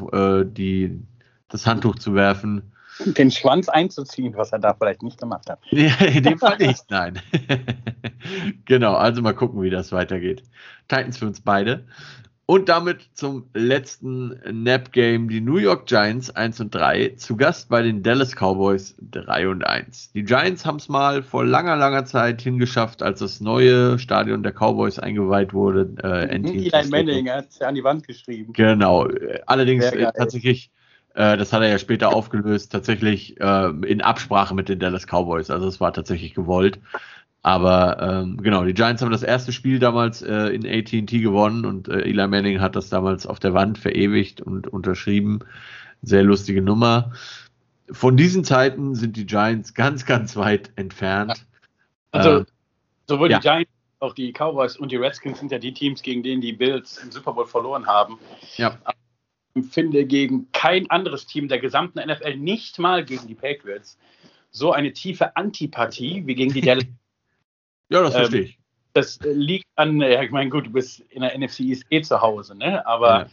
das Handtuch zu werfen. Den Schwanz einzuziehen, was er da vielleicht nicht gemacht hat. Ja, in dem Fall nicht, nein. Genau, also mal gucken, wie das weitergeht. Titans für uns beide. Und damit zum letzten Nap-Game. Die New York Giants 1-3, zu Gast bei den Dallas Cowboys 3-1. Die Giants haben es mal vor langer, langer Zeit hingeschafft, als das neue Stadion der Cowboys eingeweiht wurde. Eli Manning hat es ja an die Wand geschrieben. Genau, allerdings tatsächlich, das hat er ja später aufgelöst, tatsächlich in Absprache mit den Dallas Cowboys. Also es war tatsächlich gewollt. Aber die Giants haben das erste Spiel damals in AT&T gewonnen und Eli Manning hat das damals auf der Wand verewigt und unterschrieben. Sehr lustige Nummer. Von diesen Zeiten sind die Giants ganz, ganz weit entfernt. Also sowohl die Giants, auch die Cowboys und die Redskins sind ja die Teams, gegen denen die Bills im Super Bowl verloren haben. Ja. Ich empfinde gegen kein anderes Team der gesamten NFL, nicht mal gegen die Patriots, so eine tiefe Antipathie wie gegen die Dallas. Ja, das verstehe ich. Das liegt an, ich meine, gut, du bist in der NFC East zu Hause, ne? Aber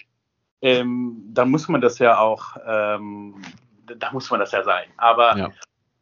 da muss man das ja auch, da muss man das ja sein. Aber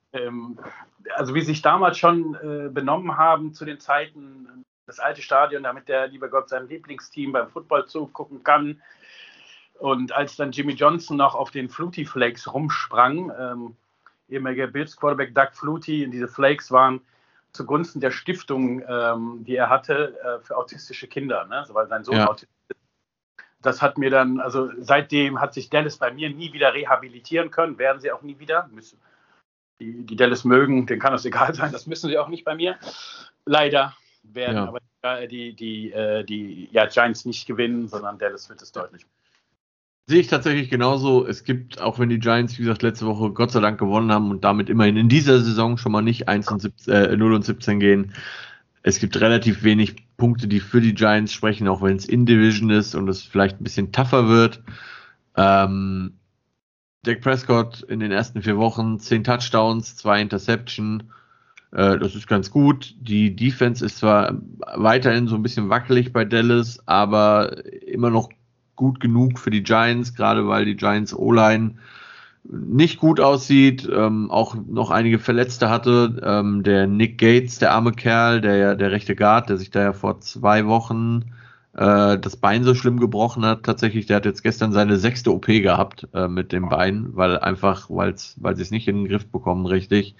also wie sie sich damals schon benommen haben zu den Zeiten, das alte Stadion, damit der liebe Gott seinem Lieblingsteam beim Football zugucken kann. Und als dann Jimmy Johnson noch auf den Flutie Flakes rumsprang, ehemaliger Bills Quarterback Doug Flutie, und diese Flakes waren zugunsten der Stiftung, die er hatte für autistische Kinder, ne? Weil sein Sohn autistisch ist. Das hat mir dann, also seitdem hat sich Dallas bei mir nie wieder rehabilitieren können, werden sie auch nie wieder. Die Dallas mögen, denen kann das egal sein, das müssen sie auch nicht bei mir. Leider werden aber die Giants nicht gewinnen, sondern Dallas wird es deutlich. Sehe ich tatsächlich genauso. Es gibt, auch wenn die Giants, wie gesagt, letzte Woche Gott sei Dank gewonnen haben und damit immerhin in dieser Saison schon mal nicht 0-17 gehen, es gibt relativ wenig Punkte, die für die Giants sprechen, auch wenn es in Division ist und es vielleicht ein bisschen tougher wird. Dak Prescott in den ersten 4 Wochen 10 Touchdowns, 2 Interception, Das ist ganz gut. Die Defense ist zwar weiterhin so ein bisschen wackelig bei Dallas, aber immer noch gut genug für die Giants, gerade weil die Giants O-Line nicht gut aussieht, auch noch einige Verletzte hatte. Der Nick Gates, der arme Kerl, der rechte Guard, der sich da ja vor 2 Wochen das Bein so schlimm gebrochen hat, tatsächlich, der hat jetzt gestern seine 6. OP gehabt mit dem Bein, weil sie es nicht in den Griff bekommen, richtig.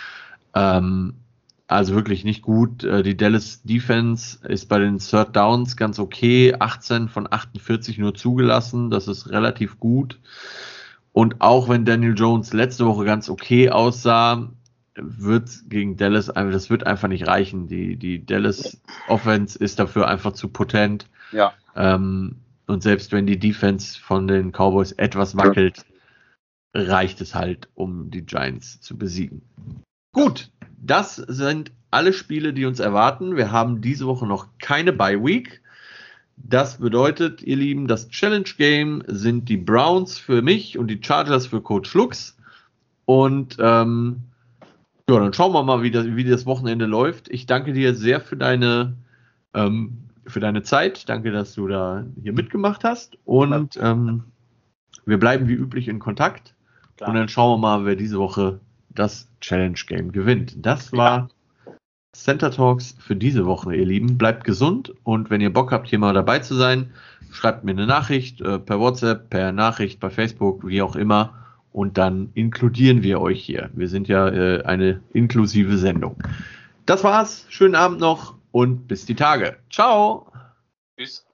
Also wirklich nicht gut. Die Dallas Defense ist bei den Third Downs ganz okay. 18 von 48 nur zugelassen. Das ist relativ gut. Und auch wenn Daniel Jones letzte Woche ganz okay aussah, wird gegen Dallas das wird einfach nicht reichen. Die Dallas Offense ist dafür einfach zu potent. Ja. Und selbst wenn die Defense von den Cowboys etwas wackelt, reicht es halt, um die Giants zu besiegen. Gut, das sind alle Spiele, die uns erwarten. Wir haben diese Woche noch keine Bye Week. Das bedeutet, ihr Lieben, das Challenge Game sind die Browns für mich und die Chargers für Coach Lux. Und dann schauen wir mal, wie das Wochenende läuft. Ich danke dir sehr für deine Zeit. Danke, dass du da hier mitgemacht hast. Und wir bleiben wie üblich in Kontakt. Klar. Und dann schauen wir mal, wer diese Woche das Challenge Game gewinnt. Das war Center Talks für diese Woche, ihr Lieben. Bleibt gesund und wenn ihr Bock habt, hier mal dabei zu sein, schreibt mir eine Nachricht per WhatsApp, per Nachricht bei Facebook, wie auch immer. Und dann inkludieren wir euch hier. Wir sind ja eine inklusive Sendung. Das war's. Schönen Abend noch und bis die Tage. Ciao. Tschüss.